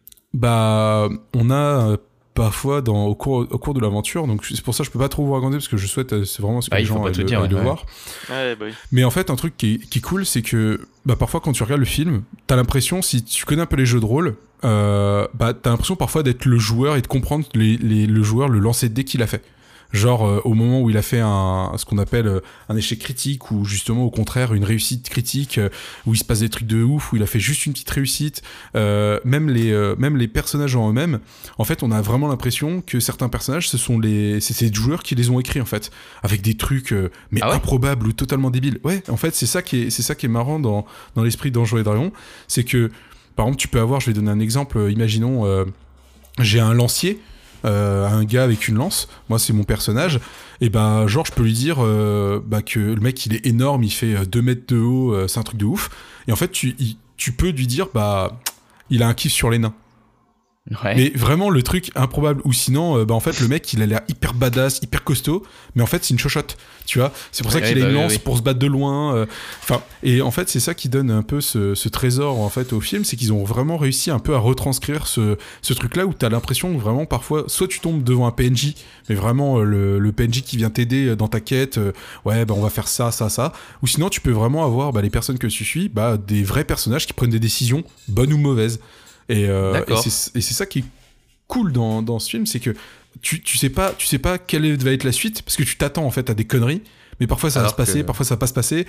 S2: bah, on a euh, parfois dans, au, cours, au cours de l'aventure, donc c'est pour ça que je peux pas trop vous raconter, parce que je souhaite, euh, c'est vraiment ce que
S1: Ah,
S2: les
S1: il faut
S2: gens
S1: pas
S2: aillent
S1: tout
S2: le,
S1: dire,
S2: aillent le
S1: ouais.
S2: voir.
S3: Ouais, bah oui.
S2: Mais en fait, un truc qui est, qui est cool, c'est que bah, parfois, quand tu regardes le film, t'as l'impression, si tu connais un peu les jeux de rôle, euh, bah, t'as l'impression parfois d'être le joueur et de comprendre les, les, le joueur le lancer dès qu'il a fait. Genre, euh, au moment où il a fait un, ce qu'on appelle euh, un échec critique, ou justement, au contraire, une réussite critique, euh, où il se passe des trucs de ouf, où il a fait juste une petite réussite. Euh, même, les, euh, même les personnages en eux-mêmes, en fait, on a vraiment l'impression que certains personnages, ce sont les, c'est ces joueurs qui les ont écrits, en fait, avec des trucs, euh, mais
S1: Ah ouais
S2: improbables ou totalement débiles. Ouais, en fait, c'est ça qui est, c'est ça qui est marrant dans, dans l'esprit de Donjons et Dragons, c'est que, par exemple, tu peux avoir, je vais donner un exemple, euh, imaginons, euh, j'ai un lancier, Euh, un gars avec une lance, moi c'est mon personnage, et bah genre je peux lui dire euh, bah, que le mec il est énorme, il fait deux mètres de haut, euh, c'est un truc de ouf, et en fait tu, il, tu peux lui dire bah il a un kiff sur les nains.
S1: Ouais.
S2: Mais vraiment le truc improbable, ou sinon euh, bah en fait le mec il a l'air hyper badass, hyper costaud, mais en fait c'est une chochotte, tu vois, c'est pour ça
S1: Ouais,
S2: qu'il
S1: bah
S2: a une
S1: oui,
S2: lance
S1: oui.
S2: pour se battre de loin, enfin euh, et en fait c'est ça qui donne un peu ce, ce trésor en fait au film, c'est qu'ils ont vraiment réussi un peu à retranscrire ce, ce truc là où t'as l'impression que vraiment parfois soit tu tombes devant un P N J, mais vraiment euh, le, le P N J qui vient t'aider dans ta quête, euh, ouais bah on va faire ça ça ça, ou sinon tu peux vraiment avoir bah, les personnes que tu suis, bah des vrais personnages qui prennent des décisions bonnes ou mauvaises, et, euh, et
S1: D'accord.
S2: c'est et c'est ça qui est cool dans, dans ce film, c'est que tu, tu sais pas tu sais pas quelle va être la suite, parce que tu t'attends en fait à des conneries, mais parfois ça
S1: Alors
S2: va se passer,
S1: que-
S2: parfois ça va pas se passer,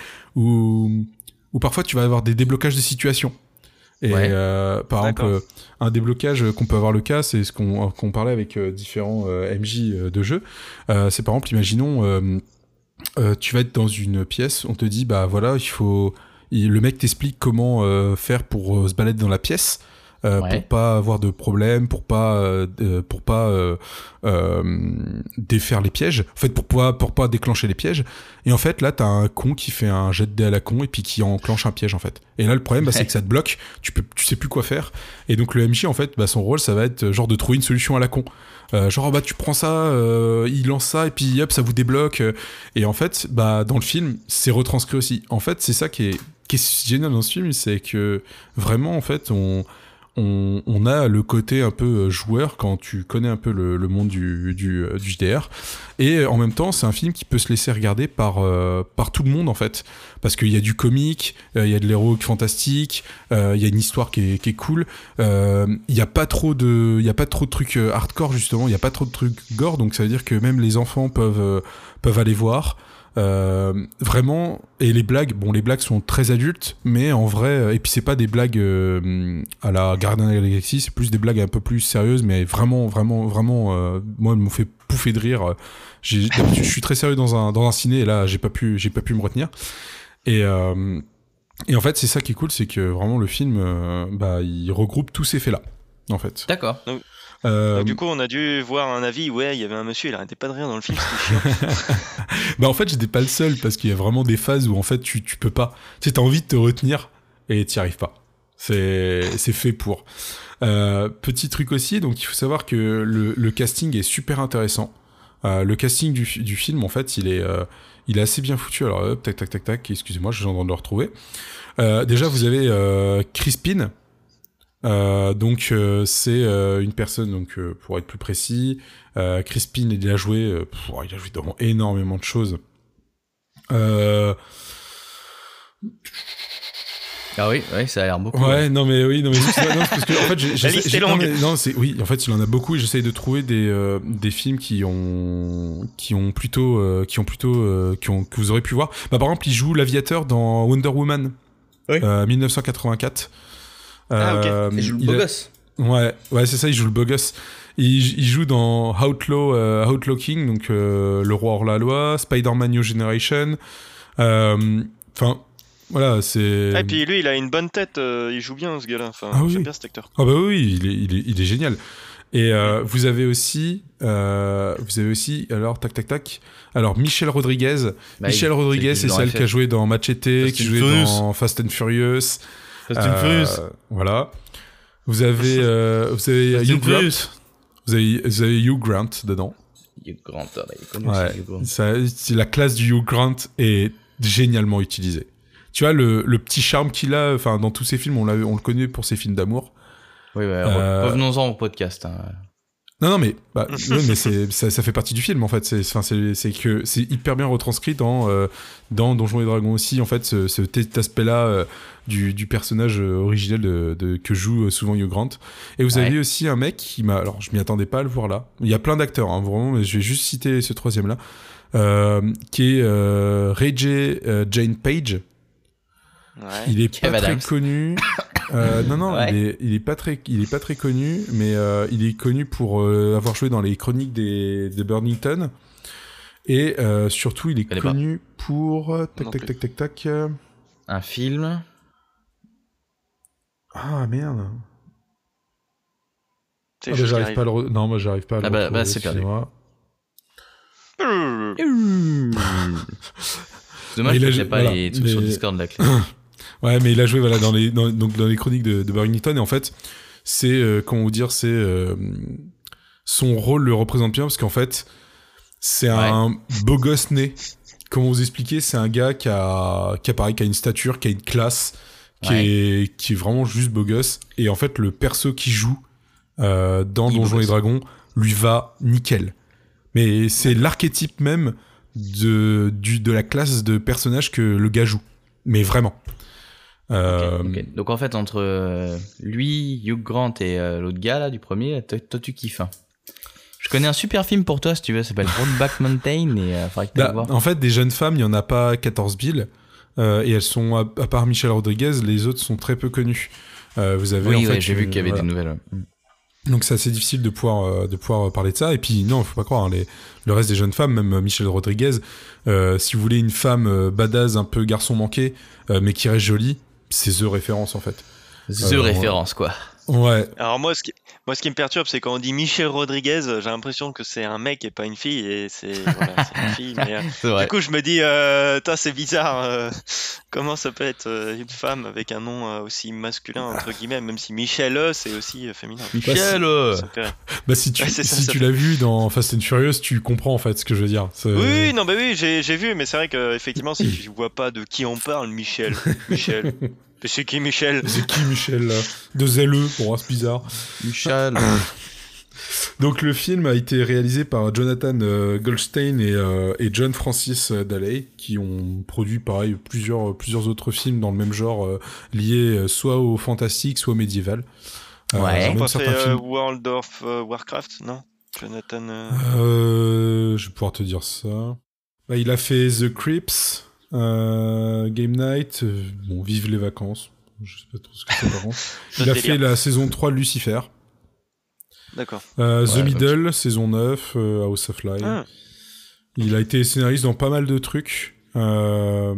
S2: ou, ou parfois tu vas avoir des déblocages de situation. Et
S1: Ouais.
S2: euh, par exemple,
S3: D'accord.
S2: euh, un déblocage qu'on peut avoir le cas, c'est ce qu'on qu'on parlait avec euh, différents euh, M J euh, de jeu. Euh, c'est par exemple, imaginons, euh, euh, tu vas être dans une pièce, on te dit, bah voilà, il faut, il- le mec t'explique comment euh, faire pour euh, se balader dans la pièce. Euh,
S1: Ouais.
S2: pour pas avoir de problème, pour pas euh, euh, pour pas euh, euh, défaire les pièges, en fait pour pas pour pas déclencher les pièges, et en fait là t'as un con qui fait un jet de dés à la con et puis qui enclenche un piège en fait, et là le problème bah, c'est
S1: Ouais.
S2: que ça te bloque, tu peux tu sais plus quoi faire, et donc le M J en fait bah, son rôle ça va être genre de trouver une solution à la con, euh, genre bah tu prends ça, euh, il lance ça et puis hop ça vous débloque, euh, et en fait bah dans le film c'est retranscrit aussi, en fait c'est ça qui est qui est génial dans ce film, c'est que vraiment en fait on On, on a le côté un peu joueur quand tu connais un peu le, le monde du, du, du J D R, et en même temps c'est un film qui peut se laisser regarder par, euh, par tout le monde en fait, parce qu'il y a du comique, euh, il y a de l'héroïque fantastique, euh, il y a une histoire qui est, qui est cool, euh, il n'y a pas trop de il y a pas trop de trucs euh, hardcore justement, il n'y a pas trop de trucs gore, donc ça veut dire que même les enfants peuvent, euh, peuvent aller voir. Euh, vraiment, et les blagues, bon les blagues sont très adultes, mais en vrai, euh, et puis c'est pas des blagues euh, à la Gardien de la Galaxie, c'est plus des blagues un peu plus sérieuses, mais vraiment, vraiment, vraiment, euh, moi, elles m'ont fait pouffer de rire. J'ai, d'habitude, je suis très sérieux dans un dans un ciné, et là, j'ai pas pu, j'ai pas pu me retenir. Et euh, et en fait, c'est ça qui est cool, c'est que vraiment le film, euh, bah, il regroupe tous ces faits-là, en fait.
S1: D'accord.
S2: Euh,
S3: Donc, du coup, on a dû voir un avis. Ouais, il y avait un monsieur, il arrêtait pas de rire dans le film, c'était chiant.
S2: bah en fait j'étais pas le seul, parce qu'il y a vraiment des phases où en fait tu, tu peux pas, tu sais, t'as envie de te retenir et t'y arrives pas, c'est, c'est fait pour. Euh, petit truc aussi, donc il faut savoir que le, le casting est super intéressant. Euh, le casting du, du film, en fait, il est, euh, il est assez bien foutu. Alors, hop, tac, tac, tac, tac, excusez-moi, je suis en train de le retrouver. Euh, déjà, vous avez euh, Chris Pine. Euh, donc, euh, c'est euh, une personne, donc euh, pour être plus précis, euh, Chris Pine, il a joué, euh, pff, il a joué dans énormément de choses. Euh...
S1: Ah oui, oui, ça a l'air beaucoup.
S2: Ouais, ouais, non mais oui, non mais c'est non, parce que en fait, j'ai,
S3: La liste est
S2: non,
S3: longue.
S2: mais, non, c'est oui, en fait, il en a beaucoup et j'essaye de trouver des euh, des films qui ont qui ont plutôt euh, qui ont plutôt euh, qui ont que vous aurez pu voir. Bah par exemple, il joue l'aviateur dans Wonder Woman,
S1: oui.
S2: euh, dix-neuf cent quatre-vingt-quatre.
S3: Ah, ok.
S2: Euh,
S1: Il joue le
S2: il
S1: beau
S2: a-
S1: gosse.
S2: Ouais, ouais, c'est ça, il joue le beau gosse. Il, il joue dans Outlaw, euh, Outlaw King, donc euh, Le Roi hors la loi, Spider-Man New Generation. Euh, Enfin, voilà, c'est.
S3: Ah, et puis lui, il a une bonne tête, euh, il joue bien ce gars-là. Enfin,
S2: Ah oui.
S3: j'aime bien cet acteur.
S2: Ah bah oui, il est, il est, il est génial. Et euh, vous avez aussi, euh, vous avez aussi, alors tac tac tac. Alors Michelle Rodriguez,
S1: Bah,
S2: Michelle
S1: il-
S2: Rodriguez,
S1: c'est
S2: c'est
S1: qui
S2: celle
S1: joue
S2: qui a joué dans Machete,
S1: Fast
S2: qui
S1: and
S2: jouait
S1: Furious.
S2: dans Fast and Furious.
S1: Fast and
S2: Euh,
S1: Furious.
S2: Voilà. Vous avez, euh, vous avez
S1: Fast
S2: Hugh
S1: and
S2: Grant.
S1: Furious.
S2: Vous avez, vous avez Hugh Grant dedans.
S1: Hugh Grant, ah bah, il est connu
S2: Ouais.
S1: aussi, Hugh Grant.
S2: Ça, c'est la classe du Hugh Grant est génialement utilisée. Tu vois le, le petit charme qu'il a, enfin dans tous ses films, on, l'a, on le connaît pour ses films d'amour.
S1: Oui, ouais,
S2: Euh,
S1: revenons-en au podcast. Hein.
S2: Non, non, mais, bah, ouais, mais c'est, ça, ça fait partie du film, en fait. C'est, enfin, c'est, c'est que c'est hyper bien retranscrit dans, euh, dans Donjons et Dragons aussi, en fait, ce, ce, cet aspect-là euh, du, du personnage euh, originel de, de, que joue euh, souvent Hugh Grant. Et vous
S1: Ouais.
S2: avez aussi un mec qui m'a, alors je m'y attendais pas à le voir là. Il y a plein d'acteurs, hein, vraiment, mais je vais juste citer ce troisième-là, euh, qui est euh, Ray J. euh, Jane Page.
S3: Ouais.
S2: Il est
S1: Kev
S2: pas
S1: Adams.
S2: très connu. Euh, non, non,
S1: Ouais.
S2: il, est, il est pas très, il est pas très connu, mais euh, il est connu pour euh, avoir joué dans les Chroniques des, des Burnington. Et euh, surtout, il est
S1: connais pas.
S2: connu pour euh, tac,
S3: Non
S2: tac,
S3: plus.
S2: tac, tac, tac. euh,
S1: Un film.
S2: Ah merde.
S3: C'est
S2: Ah,
S3: les
S2: bah,
S3: choses qui
S2: j'arrive pas à
S3: arrivent.
S2: le. re- Non, moi j'arrive pas à le.
S1: Ah bah-
S2: retrouver,
S1: bah, c'est perdu.
S2: excusez-moi.
S1: Dommage
S2: Mais il a
S1: que
S2: joué-
S1: j'ai pas
S2: voilà,
S1: les trucs sur
S2: mais-
S1: Discord de la clé.
S2: Ouais, mais il a joué voilà dans les dans, donc dans les chroniques de, de Barrington et en fait c'est euh, comment vous dire c'est euh, son rôle le représente bien parce qu'en fait c'est un beau gosse né. Comment vous expliquer, c'est un gars qui a qui a pareil, qui a une stature, qui a une classe, qui
S1: Ouais.
S2: est qui est vraiment juste beau gosse et en fait le perso qui joue euh, dans
S1: Il est beau
S2: Donjons et
S1: gosse.
S2: Dragons lui va nickel. Mais c'est l'archétype même de du de la classe de personnage que le gars joue. Mais vraiment. Euh,
S1: Ok. Donc en fait, entre euh, lui, Hugh Grant et euh, l'autre gars là du premier, toi, toi tu kiffes. Hein. Je connais un super film pour toi si tu veux, ça s'appelle Brokeback Mountain et euh, faudrait que tu
S2: bah,
S1: le voir.
S2: en fait, des jeunes femmes, il y en a pas quatorze mille. Euh, et elles sont, à, à part Michelle Rodriguez, les autres sont très peu connues. Euh, vous avez
S1: Oui,
S2: en
S1: ouais,
S2: fait,
S1: j'ai vu
S2: une-
S1: qu'il y avait
S2: voilà.
S1: des nouvelles. ouais.
S2: Donc c'est assez difficile de pouvoir euh, de pouvoir parler de ça. Et puis non, faut pas croire. hein, les, le reste des jeunes femmes, même euh, Michelle Rodriguez, euh, si vous voulez une femme euh, badass, un peu garçon manqué, euh, mais qui reste jolie, c'est the référence en fait.
S1: The
S2: Euh,
S1: référence quoi.
S2: Ouais.
S3: Alors moi ce, qui, moi, ce qui me perturbe, c'est quand on dit Michelle Rodriguez, j'ai l'impression que c'est un mec et pas une fille, et c'est voilà, c'est une fille. Mais, euh,
S1: C'est vrai.
S3: du coup, je me dis, euh, tain, c'est bizarre. euh, comment ça peut être euh, une femme avec un nom euh, aussi masculin entre guillemets, même si Michelle euh, c'est aussi euh, féminin.
S1: Michel euh,
S3: Ça me fait rire.
S2: Bah si tu
S3: Ouais, c'est ça,
S2: si
S3: ça
S2: tu
S3: fait-
S2: l'as vu dans Fast and Furious, tu comprends en fait ce que je veux dire. C'est-
S3: Oui, oui, non, bah oui, j'ai j'ai vu, mais c'est vrai que effectivement, si je vois pas de qui on parle, Michel, Michel. Mais c'est qui Michel?
S2: C'est qui Michel là De Zelleux, bon, c'est bizarre.
S1: Michel.
S2: Donc le film a été réalisé par Jonathan euh, Goldstein et, euh, et John Francis Daley, qui ont produit pareil plusieurs plusieurs autres films dans le même genre euh, liés euh, soit au fantastique, soit au médiéval. Euh,
S1: Ouais.
S3: Ils ont
S2: même
S3: pas fait
S2: certains
S3: euh,
S2: films.
S3: World of euh, Warcraft, non? Jonathan. euh,
S2: Euh, je vais pouvoir te dire ça. Bah, il a fait The Crips, euh, Game Night, euh, bon, Vive les vacances. Je sais pas trop ce que c'est par contre. Il a
S3: Notre
S2: fait
S3: délire.
S2: la saison trois de Lucifer.
S3: D'accord.
S2: Euh, The
S1: Ouais,
S2: Middle, saison neuf, euh, House of Lies.
S3: Ah.
S2: Il a été scénariste dans pas mal de trucs. Euh...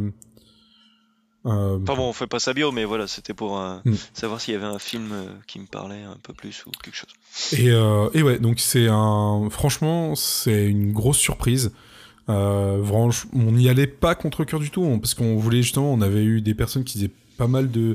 S2: Euh...
S3: Enfin bon, on fait pas sa bio, mais voilà, c'était pour euh,
S2: Mm.
S3: savoir s'il y avait un film euh, qui me parlait un peu plus ou quelque chose.
S2: Et, euh, et ouais, donc c'est un... Franchement, c'est une grosse surprise. Euh, franchement, on n'y allait pas contre cœur du tout, on- parce qu'on voulait justement, on avait eu des personnes qui disaient pas mal de,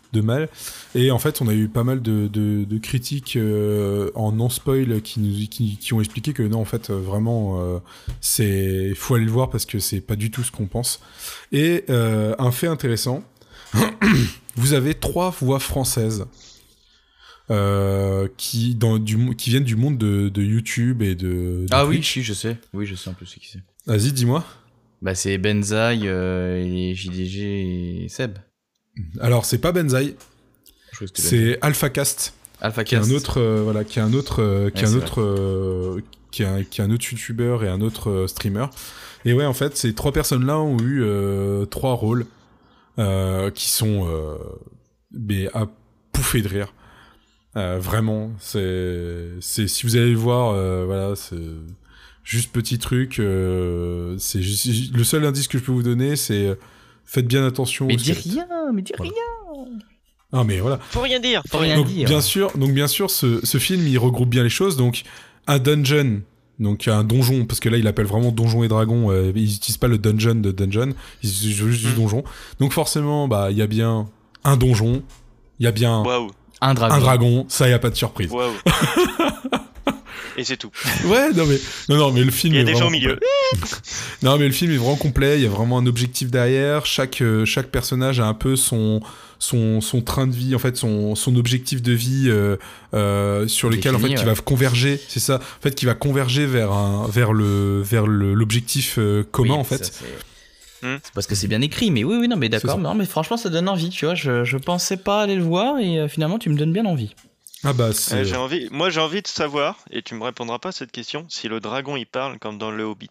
S2: de mal. Et en fait, on a eu pas mal de, de, de critiques euh, en non-spoil qui, nous, qui, qui ont expliqué que non, en fait, euh, vraiment, euh, c'est faut aller le voir parce que c'est pas du tout ce qu'on pense. Et euh, un fait intéressant, vous avez trois voix françaises euh, qui, dans, du, qui viennent du monde de, de YouTube et de, de
S1: Ah
S2: Twitch.
S1: oui, si, je sais. Oui, je sais un peu ce qui c'est.
S2: Vas-y, dis-moi.
S1: Bah, c'est Benzaï, euh, et J D G et Seb.
S2: Alors, c'est pas Benzaï,
S1: Je crois que c'était
S2: c'est AlphaCast.
S1: Alpha
S2: qui est
S1: Cast.
S2: un autre euh, voilà qui est un autre euh, qui est
S1: Ouais,
S2: un
S1: c'est
S2: autre euh, qui est un, qui est un autre youtubeur et un autre euh, streamer et ouais en fait ces trois personnes là ont eu euh, trois rôles euh, qui sont euh, mais à pouffer de rire euh, vraiment c'est c'est si vous allez le voir euh, voilà c'est juste petit truc euh, c'est juste, le seul indice que je peux vous donner c'est euh, faites bien attention
S1: Mais
S2: aux
S1: dis
S2: squelettes.
S1: rien, mais dis
S2: Voilà.
S1: rien.
S2: Ah mais voilà.
S3: Faut rien dire.
S1: Faut rien
S2: Donc
S1: dire.
S2: bien sûr, donc bien sûr, ce, ce film il regroupe bien les choses. Donc un dungeon, donc un donjon, parce que là il appelle vraiment donjon et dragon. Euh, ils utilisent pas le dungeon de dungeon, ils utilisent juste du
S3: Mm.
S2: donjon. Donc forcément, bah il y a bien un donjon, il y a bien
S3: Waouh.
S1: Un dragon.
S2: un dragon. Ça y a pas de surprise.
S3: Waouh. Et c'est tout.
S2: Ouais, non mais non non mais le film.
S3: Il y a
S2: est
S3: des gens
S2: vraiment
S3: au milieu.
S2: complet. Non mais le film est vraiment complet. Il y a vraiment un objectif derrière. Chaque euh, chaque personnage a un peu son son son train de vie, en fait son son objectif de vie euh, euh, sur lequel en fait
S1: Défini,
S2: qui
S1: ouais.
S2: va converger. C'est ça. En fait, qui va converger vers un vers le vers le l'objectif euh, commun
S1: Oui,
S2: en
S1: ça,
S2: fait.
S1: c'est...
S3: Hmm.
S1: c'est parce que c'est bien écrit, mais oui, oui, non, mais
S2: C'est
S1: d'accord.
S2: ça.
S1: Non, mais franchement, ça donne envie, tu vois. Je, je pensais pas aller le voir et euh, finalement, tu me donnes bien envie.
S2: Ah bah c'est.
S3: Euh, j'ai envie, moi j'ai envie de savoir, et tu me répondras pas à cette question, si le dragon il parle comme dans le Hobbit.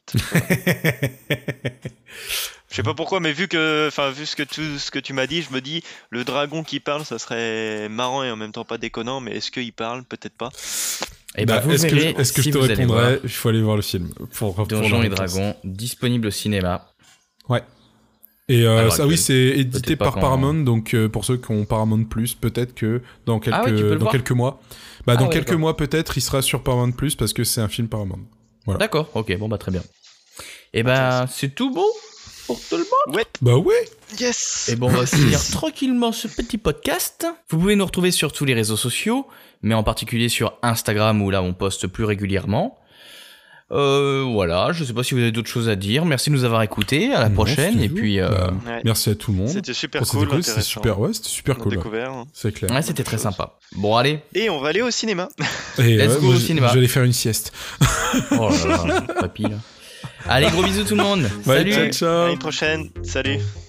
S3: Je sais pas pourquoi, mais vu que, enfin vu ce que tout ce que tu m'as dit, je me dis le dragon qui parle, ça serait marrant et en même temps pas déconnant, mais est-ce qu'il parle? Peut-être pas.
S1: Et bah,
S2: Bah,
S1: vous
S2: est-ce
S1: verrez
S2: que est-ce que
S1: si
S2: je te
S1: vous allez
S2: répondrai
S1: voir
S2: Il faut aller voir le film pour pour
S1: Donjons
S2: la
S1: et
S2: réponse.
S1: Dragons, disponible au cinéma.
S2: Ouais. Et euh,
S1: Alors,
S2: ça oui,
S1: actuel.
S2: c'est édité
S1: Peut-être pas
S2: par
S1: quand-
S2: Paramount, donc euh, pour ceux qui ont Paramount Plus, peut-être que dans quelques
S1: Ah oui, tu peux le
S2: dans
S1: voir.
S2: quelques mois, bah
S1: Ah
S2: dans
S1: ouais,
S2: quelques
S1: d'accord.
S2: mois peut-être, il sera sur Paramount Plus parce que c'est un film Paramount. Voilà.
S1: D'accord, ok, bon bah très bien. Et bah, c'est tout bon pour tout le monde.
S3: Ouais.
S2: Bah ouais.
S3: Yes.
S1: Et bon, on va finir tranquillement ce petit podcast. Vous pouvez nous retrouver sur tous les réseaux sociaux, mais en particulier sur Instagram où là on poste plus régulièrement. Euh, voilà, je sais pas si vous avez d'autres choses à dire. Merci de nous avoir écoutés. À la
S2: Non,
S1: prochaine.
S2: c'était
S1: Et
S2: tout.
S1: puis, euh...
S2: Bah,
S3: Ouais.
S2: merci à tout le monde.
S3: C'était super
S2: Oh, c'était
S3: cool,
S2: cool, c'était
S3: intéressant.
S2: super, ouais, c'était super
S3: On a
S2: cool. ouais.
S3: découvert. hein.
S2: C'est clair.
S1: ouais, c'était très
S3: chose.
S1: sympa. Bon, allez.
S3: Et on va aller au cinéma.
S2: Et
S1: Let's
S2: ouais,
S1: go
S2: moi,
S1: au
S2: j-
S1: cinéma.
S2: J'allais faire une sieste.
S1: Oh là là, papy là. Allez, gros bisous tout le monde.
S2: Ouais,
S1: Salut.
S2: ciao, ciao.
S3: À une prochaine. Salut.